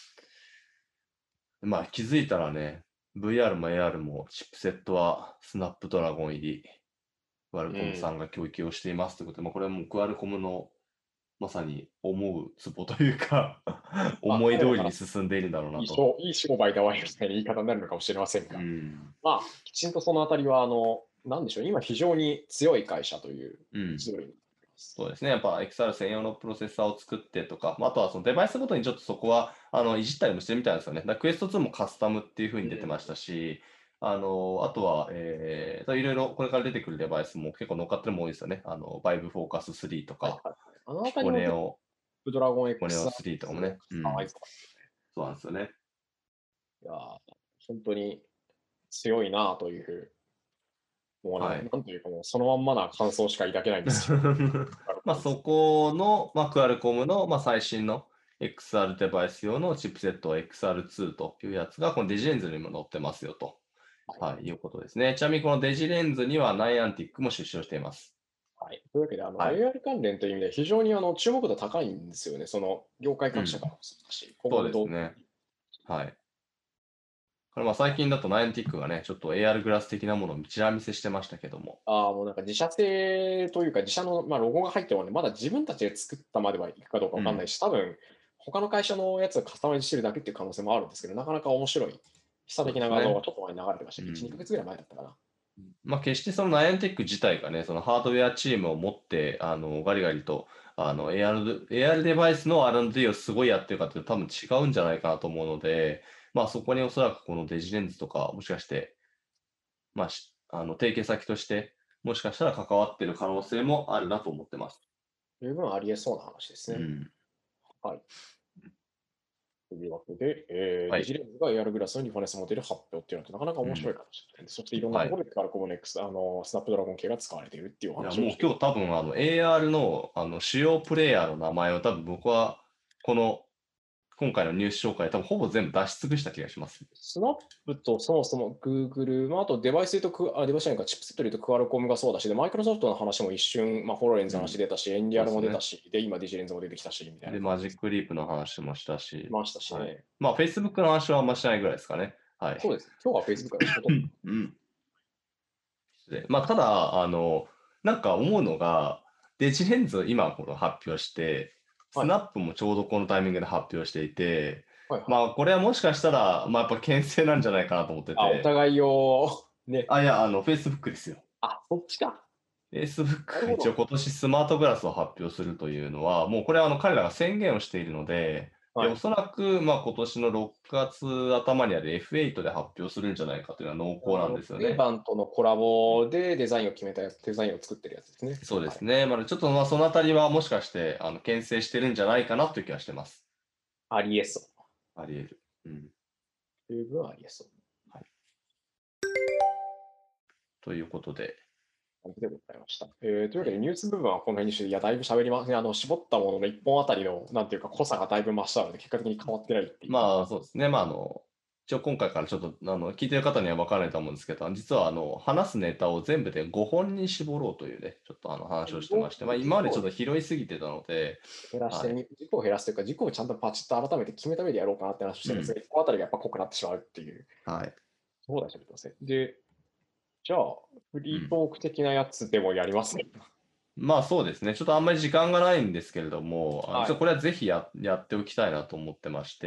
まあ気づいたらね、ブイアール も エーアール もチップセットはスナップドラゴン入り、クアルコムさうん。 んが供給をしていますということで、まあ、これはもうクアルコムのまさに思うツボというかまあ、 思い通りに彼らから進んでいるんだろうなと。 いい商いい商売だわいみたいな言い方になるのかもしれませんうが、 ん。 まあ、きちんとそのあたりは、あの、なんでしょう、今非常に強い会社といううん。 位置取りになっています。 そうですね。やっぱ エックスアール 専用のプロセッサーを作ってとか、まあ、あとはそのデバイスごとにちょっとそこはあのいじったりもしてるみたいなんですよね。だからクエストツーもカスタムっていう風に出てましたし、あの、あとは、えー、いろいろこれから出てくるデバイスも結構乗っかってるも多いですよね。あの、バイブフォーカススリーとか、 はいはいはい。あのあピたりも結コネオ、 構、ドラゴンピコネオエックスアールスリーとかものね。うん。 カスタマイズとかですよね。 そうなんですよね。 いやー、本当に強いなという、もうなはい。 んなんというかもうそのまんまな感想しか抱けないんですけど、カルまあ、 コムさん。 そこの、まあ、クアルコムの、まあ、最新の エックスアール デバイス用のチップセット エックスアールツー というやつが、このデジレンズにも載ってますよと、 はい。 はい、いうことですね。ちなみにこのデジレンズにはナイアンティックも出資をしています。 はい。というわけで、あの、 はい。 エーアール 関連という意味で非常にあの注目度高いんですよね。その業界うん。 各社からもそうだし、今そう後どうですね。 はい。これまあ最近だとナインティックがね、ちょっと エーアール グラス的なものをちら見せしてましたけども。 ああ、もうなんか自社製というか、自社の、まあ、ロゴが入ってるので、まだ自分たちで作ったまではいくかどうかわかんないし、多分、他の会社のやつをカスタマイズしてるだけっていう可能性もあるんですけど、なかなか面白い、久的な画像がちょっと前に流れてましたけど、いち、 うんにかげつぐらい前だったかな。 まあ、決してそのナイアンテック自体がね、そのハードウェアチームを持って、あの、ガリガリと、あの、エーアール、エーアール デバイスの アールアンドディー をすごいやってるかっていうと多分違うんじゃないかなと思うので、まあ、そこにおそらくこのデジレンズとか、もしかして、まあ、しあの、提携先として、もしかしたら関わってる可能性もあるなと思ってます。 十分ありえそうな話ですね。 うん。 はい。というわけで、えー、 はい。 ディジレンズが エーアール グラスのリファレンスモデル発表っていうのってなかなか面白いうん。 かもしれない。そしていろんなはい。 ところでカルコムネックス、あの、スナップドラゴン系が使われているっていうおいや、 話をしている。 もう今日多分あの エーアール のあの主要プレイヤーの名前を多分僕はこの今回のニュース紹介多分ほぼ全部出し尽くした気がします。 スナップとそもそも Google、まあ、あとデバイスで言うとク、あ、デバイスじゃないか、チップセットで言うとクアルコムがそうだし、で、マイクロソフトの話も一瞬、まあ、ホロレンズの話出たし、エンディアルも出たし、で、今ディジレンズも出てきたし、みたいなで、 感じでマジックリープの話もしたし、 ましたしはい。 ね。 まあ、Facebook の話はあんましないぐらいですかね。はい。 そうです。今日は Facebook の仕事。 うん。で、まあ、ただ、あの、なんか思うのが、デジレンズを今この発表して、スはい。 ナップもちょうどこのタイミングで発表していて、 はいはい。 まあ、これはもしかしたら、まあ、やっぱ牽制なんじゃないかなと思ってあ、おて、 互いを、ね。 あ、いや、あの、Facebook ですよ。 あ、そっちか。な Facebook が一応るほど。 今年スマートグラスを発表するというのは、もうこれはあの彼らが宣言をしているので、で、 はい。 おそらくまあ今年のろくがつ頭にある エフエイト で発表するんじゃないかというのは濃厚なんあの、レイですよね。 バンとのコラボでデザインを決めたやつ、デザインを作ってるやつですね。はい。 そうですね。まだちょっとまあそのあたりはもしかしてあの牽制してるんじゃないかなという気がしてます。 ありえそう。 あり得る。うん。 十分ありえそう。 はい。ということで、 感じでございました。えー、というわはい。 けで、ニュース部分はこの辺にして、いや、だいぶ喋りますね。あの、絞ったもののいっぽんあたりの、なんていうか、濃さがだいぶ増したので、結果的に変わってないっていう。 まあそうですね。まああの、一応今回からちょっとあの聞いてる方には分からないと思うんですけど、実はあの話すネタを全部でごほんに絞ろうというね、ちょっとあの話をしてまして、まあ、今までちょっと拾いすぎてたので、はい。 減らしてみ、事故を減らすというか、事故をちゃんとパチッと改めて決めた上でやろうかなって話をしてるんですが、 うん。 いっこあたりがやっぱ濃くなってしまうっていう、 はい。 そうだしゃべってますね。で、じゃあ、フリーうん。 トーク的なやつでもやりますね。 まあそうですね。ちょっとあんまり時間がないんですけれども、あのちょっとはい。 これはぜひや、やっておきたいなと思ってまして、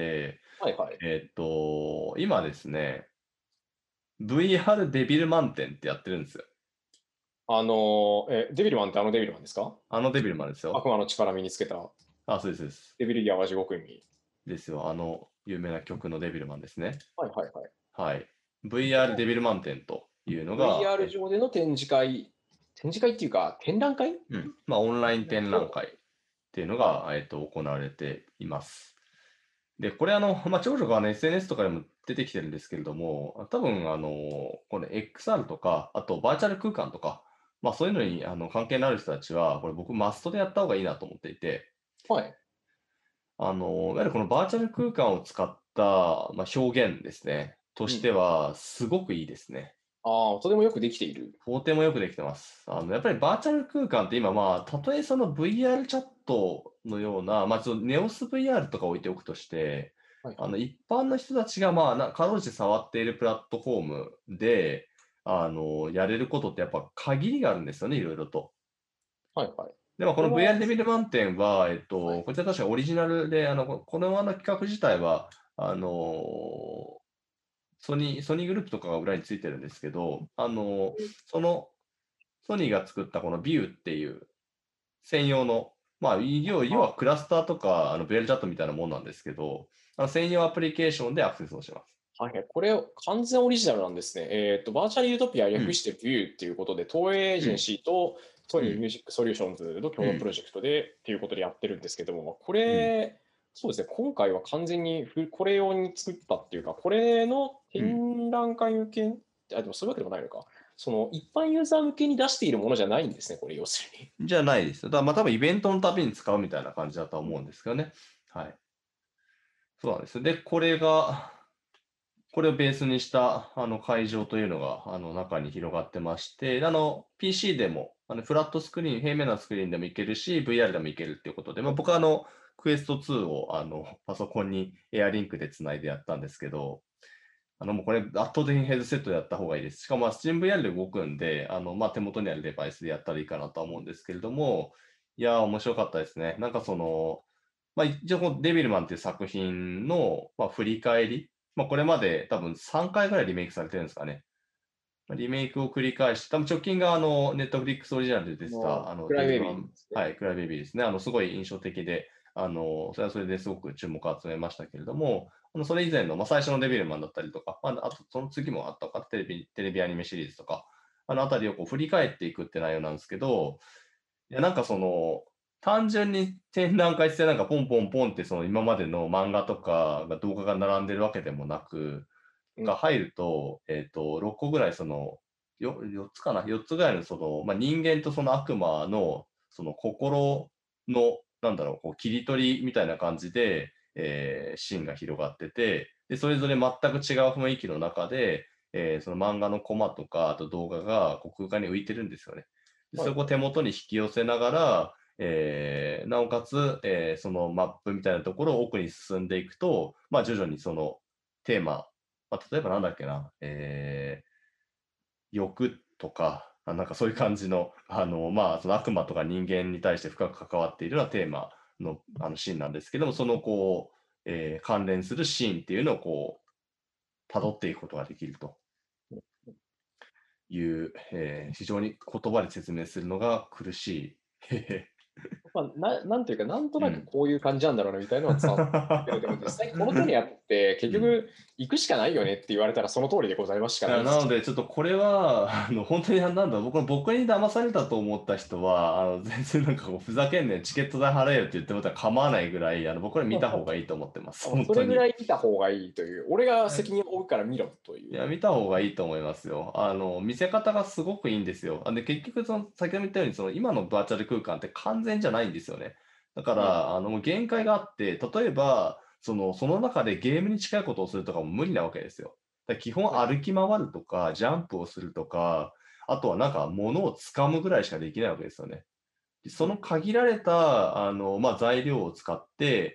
はいはい。 えっと、今ですね、ブイアール デビルマンテンってやってるんですよ。 あのー、え、デビルマンってあのデビルマンですか？ あのデビルマンですよ。 悪魔の力身につけたあ、そうです、そうです。 デビルギアは地獄意ですよ。あの有名な曲のデビルマンですね。 はいはいはい。 はい。ブイアール デビルマンテンというのが、 ブイアールえ上での展示会、展示会っていうか、展覧会うん、まあ、オンライン展覧の、 会っていうのはい。 が、えっと、行われています。で、これあの、まあ、長女がね、エスエヌエス とかでも出てきてるんですけれども、多分あの、これ エックスアール とか、あとバーチャル空間とか、まあそういうのにあの関係のある人たちは、これ僕マストでやった方がいいなと思っていて、 はい。 あの、いわゆるこのバーチャル空間を使った、まあ、表現ですね、とうん。 しては、すごくいいですね。 ああ、とてもよくできている。 とてもよくできてます。あの、やっぱりバーチャル空間って今、まあ、たとえその ブイアール チャットのような、まあ、ちょっとネオス ブイアール とか置いておくとして、 はいはい。 あの、一般の人たちが、まあ、な、かろうじて触っているプラットフォームで、あの、やれることってやっぱ限りがあるんですよね、いろいろと。 はいはい。 でも、このこれは、 ブイアール デビルマンテンは、えっと、 はい。 こちら確かオリジナルで、あの、ここのあの企画自体は、あの、ソニー、ソニーグループとかが裏についてるんですけど、あの、その、ソニーが作ったこのビューっていう専用の、まあ、要要はあ、 クラスターとか、あの、ブイアールチャットみたいなもんなんですけど、あの専用アプリケーションでアクセスをします。 はいはい。これ、完全オリジナルなんですね。えっと、バーチャルユートピアうん、 略して View っていうことで、東映エージェンうん、 シーとソうん、 ニーミュージックソリューションズの共うん、 同プロジェクトでっていうことでやってるんですけども、こうん、 れ、そうですね、今回は完全にふこれ用に作ったっていうか、これのうん。 展覧会向け、あ、でもそういうわけでもないのか。その一般ユーザー向けに出しているものじゃないんですね、これ、要するに。 じゃないです。だからまあ多分イベントのたびに使うみたいな感じだとはうん。 思うんですけどね。はい。そうなんです。で、これが、これをベースにしたあの会場というのがあの中に広がってまして、あの ピーシー でもあのフラットスクリーン、平面なスクリーンでもいけるし、ブイアール でもいけるっていうことで、まあ、僕はあのクエストツーをあのパソコンにエアリンクでつないでやったんですけど、あのもうこれ圧倒的にヘッドセットでやった方がいいです。しかもまあ SteamVR で動くんで、あのまあ手元にあるデバイスでやったらいいかなとは思うんですけれども、いやー、面白かったですね。なんかその、まあ、一応このデビルマンっていう作品の、まあ、振り返り、まあ、これまで多分さんかいぐらいリメイクされてるんですかね。まあリメイクを繰り返して、多分直近があの、ネットフリックスオリジナルで出てた、 もう、 あの、 クライベビーデビルマン、 ですね。 はい、クライベビーですね。あの、すごい印象的で、あの、それはそれですごく注目を集めましたけれども、あのそれ以前の、まあ、最初のデビルマンだったりとか、まあ、あとその次もあったか、テレビ、テレビアニメシリーズとか、あのあたりをこう振り返っていくって内容なんですけど、いや、なんかその、単純に展覧会してなんかポンポンポンってその今までの漫画とかが動画が並んでるわけでもなく、 うん。 が入ると、えっと、ろっこぐらいその、よよっつかな、よっつぐらいのその、まあ、人間とその悪魔のその心の、なんだろう、こう切り取りみたいな感じで、えーシーンが広がってて、で、それぞれ全く違う雰囲気の中で、えーその漫画のコマとか、あと動画がこう空間に浮いてるんですよね。ではいはい。 そこを手元に引き寄せながら、えーなおかつ、えーそのマップみたいなところを奥に進んでいくと、まあ、徐々にそのテーマ、まあ、例えばなんだっけな、えー欲とか、あなんかそういう感じの、あの、まあ、その悪魔とか人間に対して深く関わっているようなテーマのあのシーンなんですけども、そのこう、えー関連するシーンっていうのをこう、辿っていくことができるという、えー非常に言葉で説明するのが苦しい。へへまあ、ななんというか、なんとなくうん。 こういう感じなんだろうなみたいなのは伝わってくる。でも実際この手にあって、結うん。 局、行くしかないよねって言われたらその通りでございますしかいや、 ないですし。 なので、ちょっとこれは、あの、本当になんだろう、僕の僕に騙されたと思った人は、あの、全然なんかこう、ふざけんねん、チケット代払えよって言ってもらったら構わないぐらい、あの、僕は見た方がいいと思ってます。 あ、それぐら本当に。 い見た方がいいという、俺が責い任を負うから見ろという。 や、見た方がいいと思いますよ。あの、見せ方がすごくいいんですよ。あで、結局、その、先ほども言ったように、その、今のバーチャル空間って完全じゃないんですよね。だかうん。 ら、あの、もう限界があって、例えば、その、その中でゲームに近いことをするとかも無理なわけですよ。だから基本はい。 歩き回るとか、ジャンプをするとか、あとはなんか物を掴むぐらいしかできないわけですよね。でそのうん。 限られた、あの、まあ、材料を使って、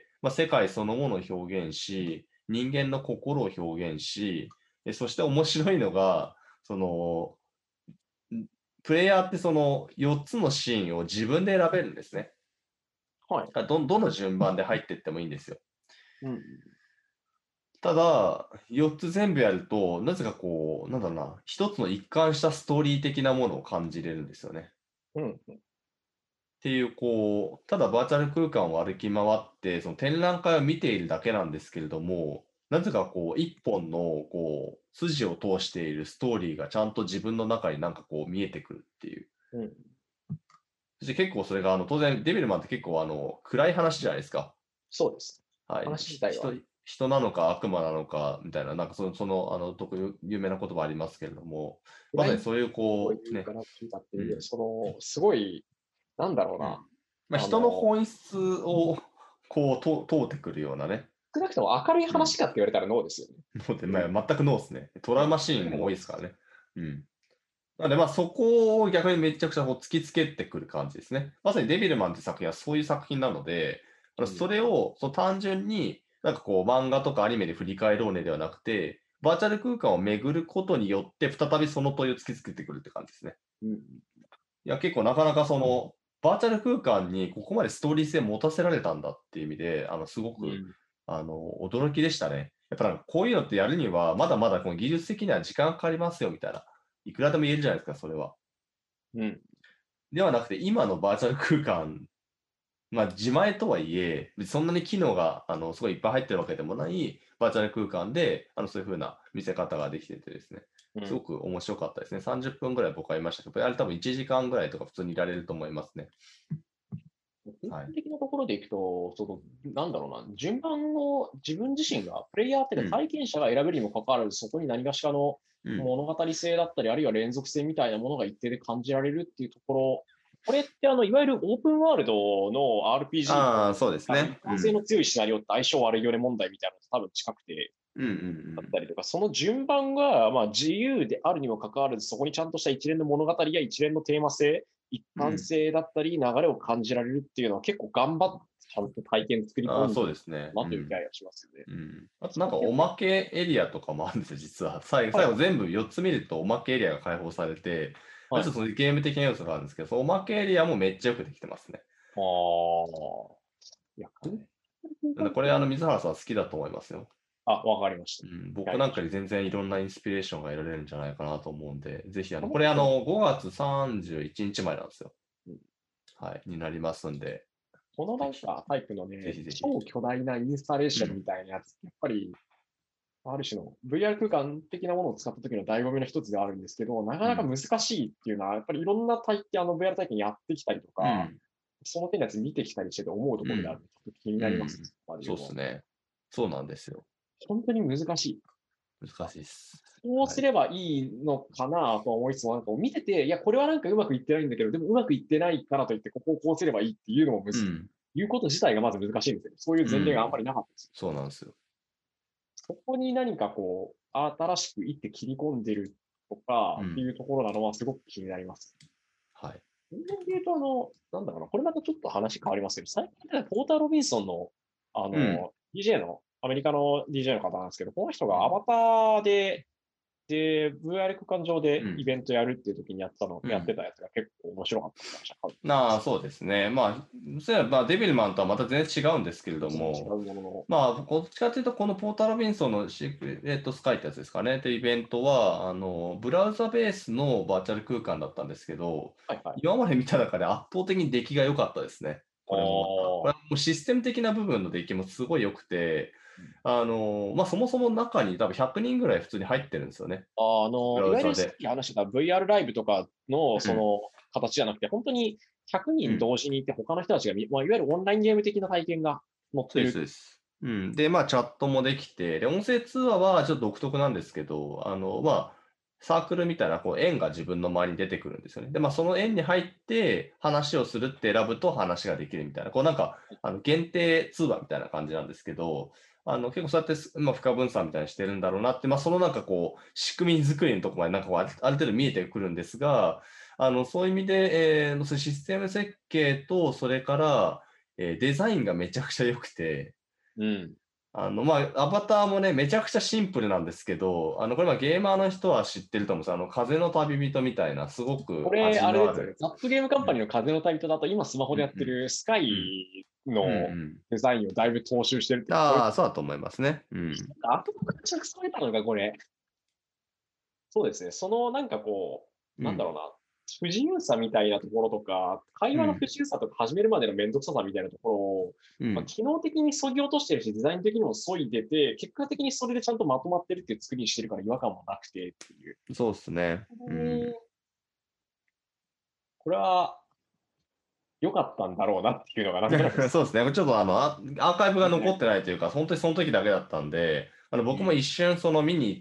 まあ、世界そのものを表現し、人間の心を表現し、で、そして面白いのが、その、んプレイヤーってそのよっつのシーンを自分で選べるんですね。 はい。 あどどの順番で入っていってもいいんですよ。 うん。 ただ、よっつ全部やると、なぜかこう、なんだろうな、一つの一貫したストーリー的なものを感じれるんですよね。 うん。うん。 っていう、こう、ただバーチャル空間を歩き回って、その展覧会を見ているだけなんですけれども、なぜかこう、一本の、こう、筋を通しているストーリーがちゃんと自分の中になんかこう見えてくるっていう。 うん。 そして結構それが、あの、当然、デビルマンって結構あの、暗い話じゃないですか。 そうです。 はい。 話自ひ人、 体は。 人なのか悪魔なのか、みたいな、なんかその、その、あの、特有有名な言葉ありますけれども、ま暗いさにそういうこう、ね、 というかなっていうかっていうより、 うん、 その、すごい、なんだろううん。 な。 まあ、人のあの、 本質を、こう、と通ってくるようなね、 少なくとも明るいうん。 話かって言われたらノーですよね。 ノーで、 うん。 まあ、全くノーですね。トラウマシーンも多いノーです。 ですからね。うん。なので、まあ、そこを逆にめちゃくちゃこう突きつけてくる感じですね。まさにデビルマンって作品はそういう作品なので、あのそうん。 れをその単純になんかこう漫画とかアニメで振り返ろうねではなくて、バーチャル空間を巡ることによって再びその問いを突きつけてくるって感じですね。 うん。 いや、結構なかなかその、バーチャル空間にここまでストーリー性持たせられたんだっていう意味で、あの、すごく、 うん。 あの、驚きでしたね。やっぱなんかこういうのってやるには、まだまだこの技術的には時間かかりますよみたいな。いくらでも言えるじゃないですか、それは。 うん。 ではなくて、今のバーチャル空間、まあ、自前とはいえ、別にそんなに機能が、あの、すごいいっぱい入ってるわけでもない、バーチャル空間で、あの、そういう風な見せ方ができててですね、すごうん。 く面白かったですね。さんじゅっぷんぐらい僕はいましたけど、あれ多分いちじかんぐらいとか普通にいられると思いますね。 根はい。 本的なところでいくと、その、なんだろうな、順番を自分自身が、プレイヤーっていうのはうん、 体験者が選べるにもかかわらず、そこに何かしらのうん。 物語性だったり、あるいは連続性みたいなものが一定で感じられるっていうところ、これってあの、いわゆるオープンワールドの アールピージーああ、 と、 そうですあの一ね。うん。 貫性の強いシナリオって相性悪いよね問題みたいなのと多分近くて、 うんうんうだっん。 たりとか、その順番が、まあ、自由であるにもかかわらず、そこにちゃんとした一連の物語や一連のテーマ性、一貫うん。 性だったり、流れを感じられるっていうのは結構頑張っちゃんと体験作りああ、 込んでるそうですね。 なうん。 という気がしますよね。 うん。あとなんかおまけエリアとかもあるんですよ、実は。最後、 はいはい。 最後全部よっつ見るとおまけエリアが開放されて、まあはいはい。 ちょっとそのゲーム的な要素があるんですけど、そのおまけエリアもめっちゃよくできてますね。 ああ。いや、 はい。なんでこれ、あの、 本当に水原さん好きだと思いますよ。 あ、わかりました。 うん、僕やりましょう。 なんかに全然いろんなインスピレーションが得られるんじゃないかなと思うんで、ぜひ、あの、 この人の、 これあの、ごがつさんじゅういちにちまえなんですよ。 うんはい、になりますんで、 このなぜひ、 んかタイプのね、 ぜひぜひ。 超巨大なインスタレーションうん、 みたいなやつ、やっぱり、ある種の ブイアール 空間的なものを使った時の醍醐味の一つではあるんですけど、なかうん、 なか難しいっていうのは、やっぱりいろんな体験、あの ブイアール 体験やってきたりとか、 うん、 その手のやつ見てきたりしてて思うところであるうん、 ので、ちょっと気にうなります。 ん。 あれはそうっすね。そうなんですよ。 本当に難しい。 難しいっす。 こうはい。 すればいいのかなと思いつつも、なんか見てて、いや、これはなんかうまくいってないんだけど、でもうまくいってないからといって、ここをこうすればいいっていうのもむず、 うん、 言うこと自体がまず難しいんですよ。そういう前例があんうん。 まりなかったです。 そうなんですよ。 そこに何かこう、新しく一手切り込んでるとかっていうん。 うところなのはすごく気になります。 はい。 人間で言うと、あの、なんだろうな、これまたちょっと話変わりますけど、最近ねポーター・ロビンソンの、あうん、 の、ディージェー の、アメリカの ディージェー の方なんですけど、この人うん、 がアバターで、で、ブイアール 空間上でイうん。 ベントやるっていう時にやってたの、やってうん。 たやつが結構面白かったって話は書いてまああ、 す。 そうですね。まあ、そういえば、まあデビルマンとはまた全然違うんですけれどちょっと違も、 うものの、 まあ、こっちかというと、このポーター・ロビンソンのシークレット・スカイってやつですかね、っていうイベントは、あの、ブラウザベースのバーチャル空間だったんですけど、 はいはい。 今まで見た中で圧倒的に出来が良かったですね。 あこれもまた。これあ、 はもうシステム的な部分の出来もすごい良くて、あの、まあ、そもそも中に多分ひゃくにんぐらい普通に入ってるんですよね。 あブの、いわゆるさっラウザで。 き話してた ブイアール ライブとかのうん。 その形じゃなくて、本当にひゃくにんうん。 同時にいて、他の人たちがみ、まあ、いわゆるオンラインゲーム的な体験が載っそうです、そうてる。 です。うん。で、まあ、チャットもできて、で、音声通話はちょっと独特なんですけど、あの、まあ、サークルみたいな、こう、円が自分の周りに出てくるんですよね。で、まあ、その円に入って話をするって選ぶと話ができるみたいな、こう、なんか、あの、限定通話みたいな感じなんですけど、あの、結構そうやってす、まあ、不可分散みたいにしてるんだろうなって、まあ、そのなんかこう、仕組み作りのとこまでなんかこう、あるある程度見えてくるんですが、あの、そういう意味で、えー、そのシステム設計と、それから、えーデザインがめちゃくちゃ良くて、 うん。 あの、まあ、アバターもね、めちゃくちゃシンプルなんですけど、あの、これ、ま、ゲーマーの人は知ってると思うんです。あの、風の旅人みたいな、すごくこれ、 味のある。 あれですよね。ザップゲームカンうん、 パニーの風の旅人だと、今スマホでやってうん、 るスカうん、 イうん、うのん。 デザインをだいぶ踏襲してるっていうか、これ、 ああ、そうだと思いますね。うん。 後から着想を得たのがこれ、そうですね。そのなんかこう、なんだうん、 ろうな、不自由さみたいなところとか、会話の不うん、 自由さとか始めるまでのめんどくささみたいなところを、まあ、 うん。 機能的に削ぎ落としてるし、デザイン的にも削いでて、結果的にそれでちゃんとまとまってるっていう作りにしてるから違和感もなくてっていう。 そうっすね。 本当にうん。 これは良かったんだろうなっていうのがなんとなくです。 そうですね。ちょっとあの、アアーカイブが残ってないというか、本当にその時だけだったんで、あの、僕もうん。 一瞬その見に行って、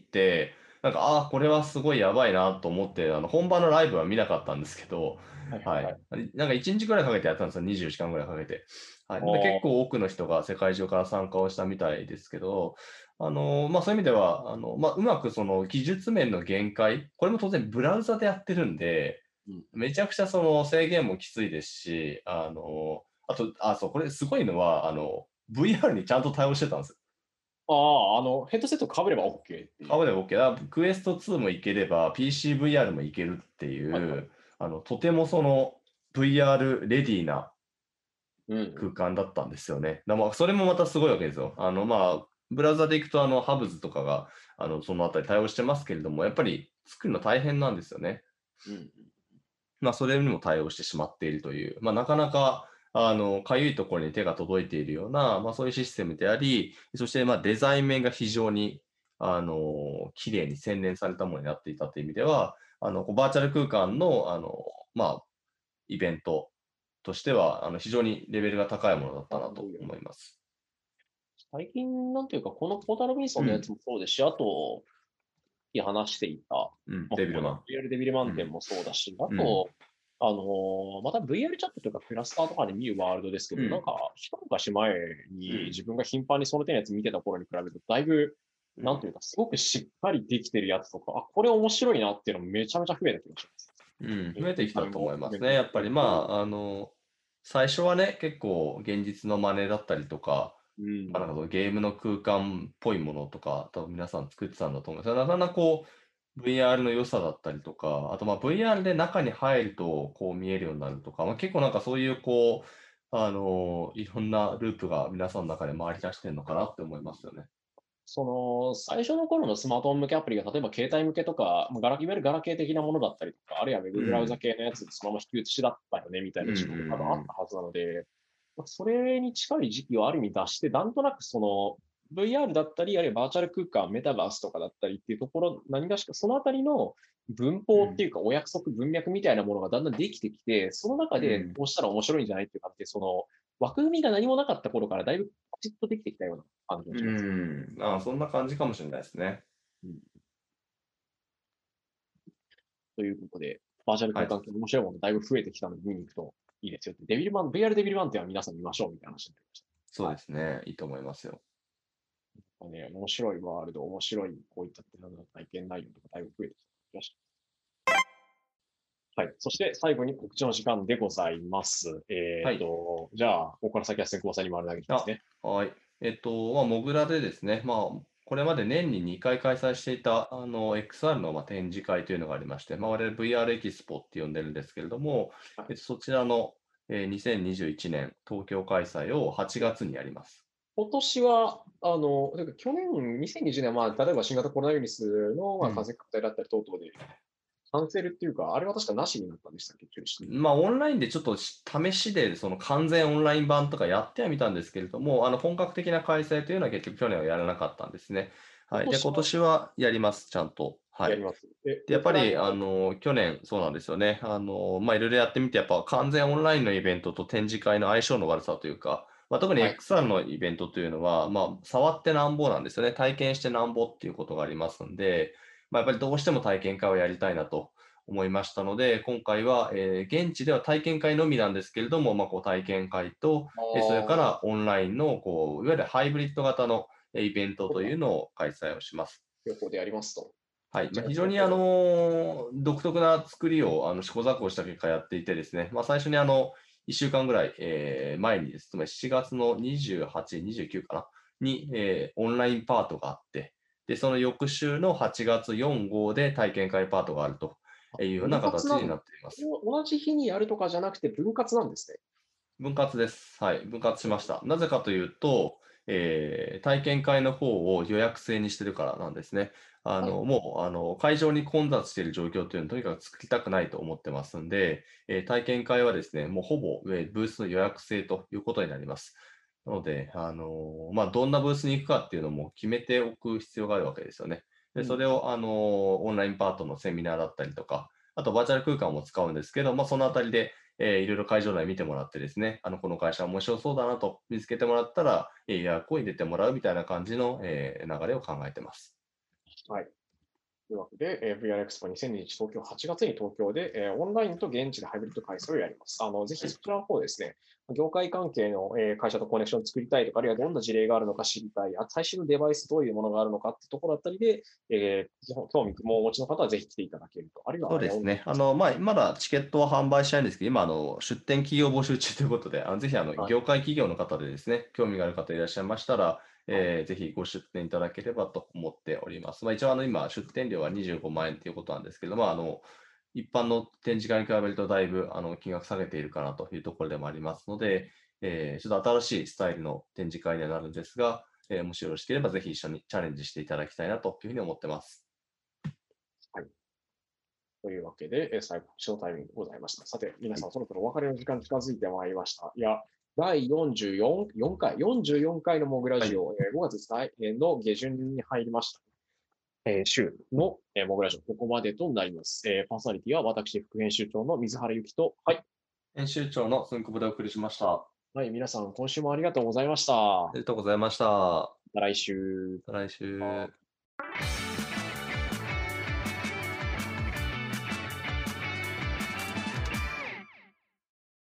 なんか、ああ、これはすごいやばいなと思って、あの、本番のライブは見なかったんですけど、はい。 はいはいはい。 なんかいちにちぐらいかけてやったんですよ。にじゅうよじかんぐらいかけて。はい。で、結あ構多くの人が世界中から参加をしたみたいですけど、あの、まあ、そういう意味では、あの、まあ、うまくその技術面の限界、これも当然ブラウザでやってるんで、 ーうんめちゃくちゃその制限もきついですし、あの、あと、あ、そう、これすごいのは、あの、ブイアール にちゃんと対応してたんですよ。 ああ、あの、ヘッドセット被れば OK っていう。 顔で OK だ。クエストツーもいければ、ピーシーブイアール もいけるっていはいはい。 う、あの、とてもその ブイアール レディーなうんうん。 空間だったんですよね。だまあ、それもまたすごいわけですよ。あの、まあ、ブラウザで行くと、あの、ハブズとかが、あの、そのあたり対応してますけれども、やっぱり作るの大変なんですよね。 うんうん。 まあ、それにも対応してしまっているという、まあ、なかなか、あの、かゆいところに手が届いているような、まあ、そういうシステムであり、そして、まあ、デザイン面が非常に、あの、綺麗に洗練されたものになっていたという意味では、あの、こうバーチャル空間の、あの、まあ、イベントとしては、あの、非常にレベルが高いものだったなとあいや思います。 最近、なんていうか、このポータル・ビンソンのやつうん、 もそうですし、あと、話していた、 うん、 まあ、ここのデビルマン。 ブイアール デビルマうん、 ンテンもそうだし、あうん、 と、あのーまた ブイアール チャットというかクラスターとかで見るワールドですけど、なんうん、 か一昔前うん、 に自分が頻繁にその手のやつ見てた頃に比べると、だいぶ、 うん。 なんていうか、すごくしっかりできてるやつとか、あ、これ面白いなっていうのめちゃめちゃ増えた気がします。 うん、 え増えてきたと思あれもいますね。 イベントもやっぱり、ま含めてあ、あの、 最初はね、結構現実の真似だったりとか、まあ、 うん。 なんかそのゲームの空間っぽいものとか、多分皆さん作ってたんだと思うんですよ。だんだんこう、ブイアール の良さだったりとか、あとまあ ブイアール で中に入るとこう見えるようになるとか、まあ、結構なんかそういうこう、あのいろんなループが皆さんの中で回り出してるのかなって思いますよね。 その、最初の頃のスマートフォン向けアプリが、例えば携帯向けとか、まあ、ガラいわゆるガラケー的なものだったりとか、あるいはウェブブラウザうん。 系のやつでそのまま引き写しだったよねみたいうんうんな時期も多分あっうん。 たはずなので、ま、それに近い時期をある意味脱して、なんとなくその、ブイアール だったり、あるいはバーチャル空間、メタバースとかだったりっていうところ、何がしかそのあたりの文法っていうか、お約束、文脈みたいなものがだんだんできてきて、その中でうん。 こうしたら面白いんじゃないっていう感じで、その、枠組みが何もなかった頃からだいぶパチッとできてきたような感じがうします。 ん。ああ、そんな感じかもしれないですね。 うん。ということで、バーチャルはい。 空間系面白いものだいぶ増えてきたので見に行くといいですよって。デビルマン、ブイアール デビルマンっては皆さん見ましょうみたいな話になりました。 そうはい。 ですね。いいと思いますよ。 ね、面白いワールド、面白いこういった体験内容とかだいぶ増えてきた気がします。はい。そして最後に告知の時間でございます。えっはい。 と、じゃあ、ここから先は先行さんに丸投げしますあ、 ね。 はい。えっと、まあ、モグラでですね、まあ、これまで年ににかい開催していた、あの、エックスアール の、まあ、展示会というのがありまして、まあ、我々 ブイアール エキスポって呼んでるんですけれども、 はい。 えっと、そちらの、えーにせんにじゅういちねん東京開催をはちがつにやります。 今年は、あの、というか去年、にせんにじゅうねんは、まあ、例えば新型コロナウイルスの、まあ、感うん。 染拡大だったり等々で、キャンセルっていうか、あれは確かなしになったんでしたっけ、中止。 まあ、オンラインでちょっとし試しで、その完全オンライン版とかやってはみたんですけれども、あの、本格的な開催というのは結局去年はやらなかったんですね。はい。で、今今年は年はやります、ちゃんと。はい。 やります。え、 で、やオフラインっぱり、あの、去年、そうなんですよね。あの、まあ、いろいろやってみて、やっぱ完全オンラインのイベントと展示会の相性の悪さというか、まあ、特にはい。 エックスアール のイベントというのは、まあ、触ってなんぼなんですよね。体験してなんぼっていうことがありますんで、まあ、やっぱりどうしても体験会をやりたいなと思いましたので、今回は、えー現地では体験会のみなんですけれども、まあ、こう体験会と、 あえーそれかあ、 らオンラインの、こう、いわゆるハイブリッド型のえーイベントというのを開催をします。 両方でやりますと。 はい。まあ、 じゃあ、 非常にあその、 の、独特な作りをあの試行錯誤した結果やっていてですね、まあ、最初にあの、いっしゅうかんぐらい、えー前にです、つまりしちがつのにじゅうはち、にじゅうくかな、に、えーオンラインパートがあって、で、その翌週のはちがつよん号で体験会パートがあるとあ、 いうような分割なん形になっています。 お同じ日にやるとかじゃなくて分割なんですね。 分割です。はい、分割しほうほう。 ました。なぜかというと、えー体験会の方を予約制にしてるからなんですね。あはい。 の、もう、あの、会場に混雑している状況というのをとにかく作りたくないと思ってますんで、えー体験会はですね、もうほぼ、えーブースの予約制ということになります。なので、あの、まあ、どんなブースに行くかっていうのも決めておく必要があるわけですよね。で、そうん。 れを、あの、オンラインパートのセミナーだったりとか、あとバーチャル空間も使うんですけど、まあ、そのあたりで、えーいろいろ会場内見てもらってですね、あの、この会社面白そうだなと見つけてもらったら、えー予約を入れてもらうみたいな感じの、えー流れを考えてます。 はい。というわけで、えー ブイアール エクスポにせんにじゅういち東京はちがつに東京で、えーオンラインと現地でハイブリッド開催をやります。あの、ぜひはい。 そちらの方ですね、業界関係の、えー会社とコネクションを作りたいとか、あるいはどんな事例があるのか知りたい、あ最新のデバイスどういうものがあるのかってところだったりで、えー興味もお持ちの方はぜひ来ていただけると。あるいは、えーオンラインそうですね。あの、まあ、まだチケットは販売してないんですけど、今、あの、出店企業募集中ということで、あのぜひ、あの、 はい。 業界企業の方でですね、興味がある方いらっしゃいましたら、 はい。 えーぜひご出店いただければと思っております。まあ、一応、あの、今、出店料はにじゅうごまん円ということなんですけど、まあ、あの、一般の展示会に比べるとだいぶ、あの、金額下げているかなというところでもありますので、えーちょっと新しいスタイルの展示会にはなるんですが、えーもしよろしければぜひ一緒にチャレンジしていただきたいなというふうに思ってます。 はい。というわけで、えー最後、ショータイムでございました。さて、皆はい。 さん、そろそろお別れの時間近づいてまいりました。いや、だいよんじゅうよん、よんかい、よんじゅうよんかいのモグラはい。 ジオ、えーごがつさいえーの下旬に入りました。えー週の、えーモグラジオ、ここまでとなります。えーパーソナリティは私、副編集長の水原由紀と、はい。 編集長の寸久保でお送りしました。あはい、皆さん、今週もありがとうございました。まりがとうございました。また来週。 た来週。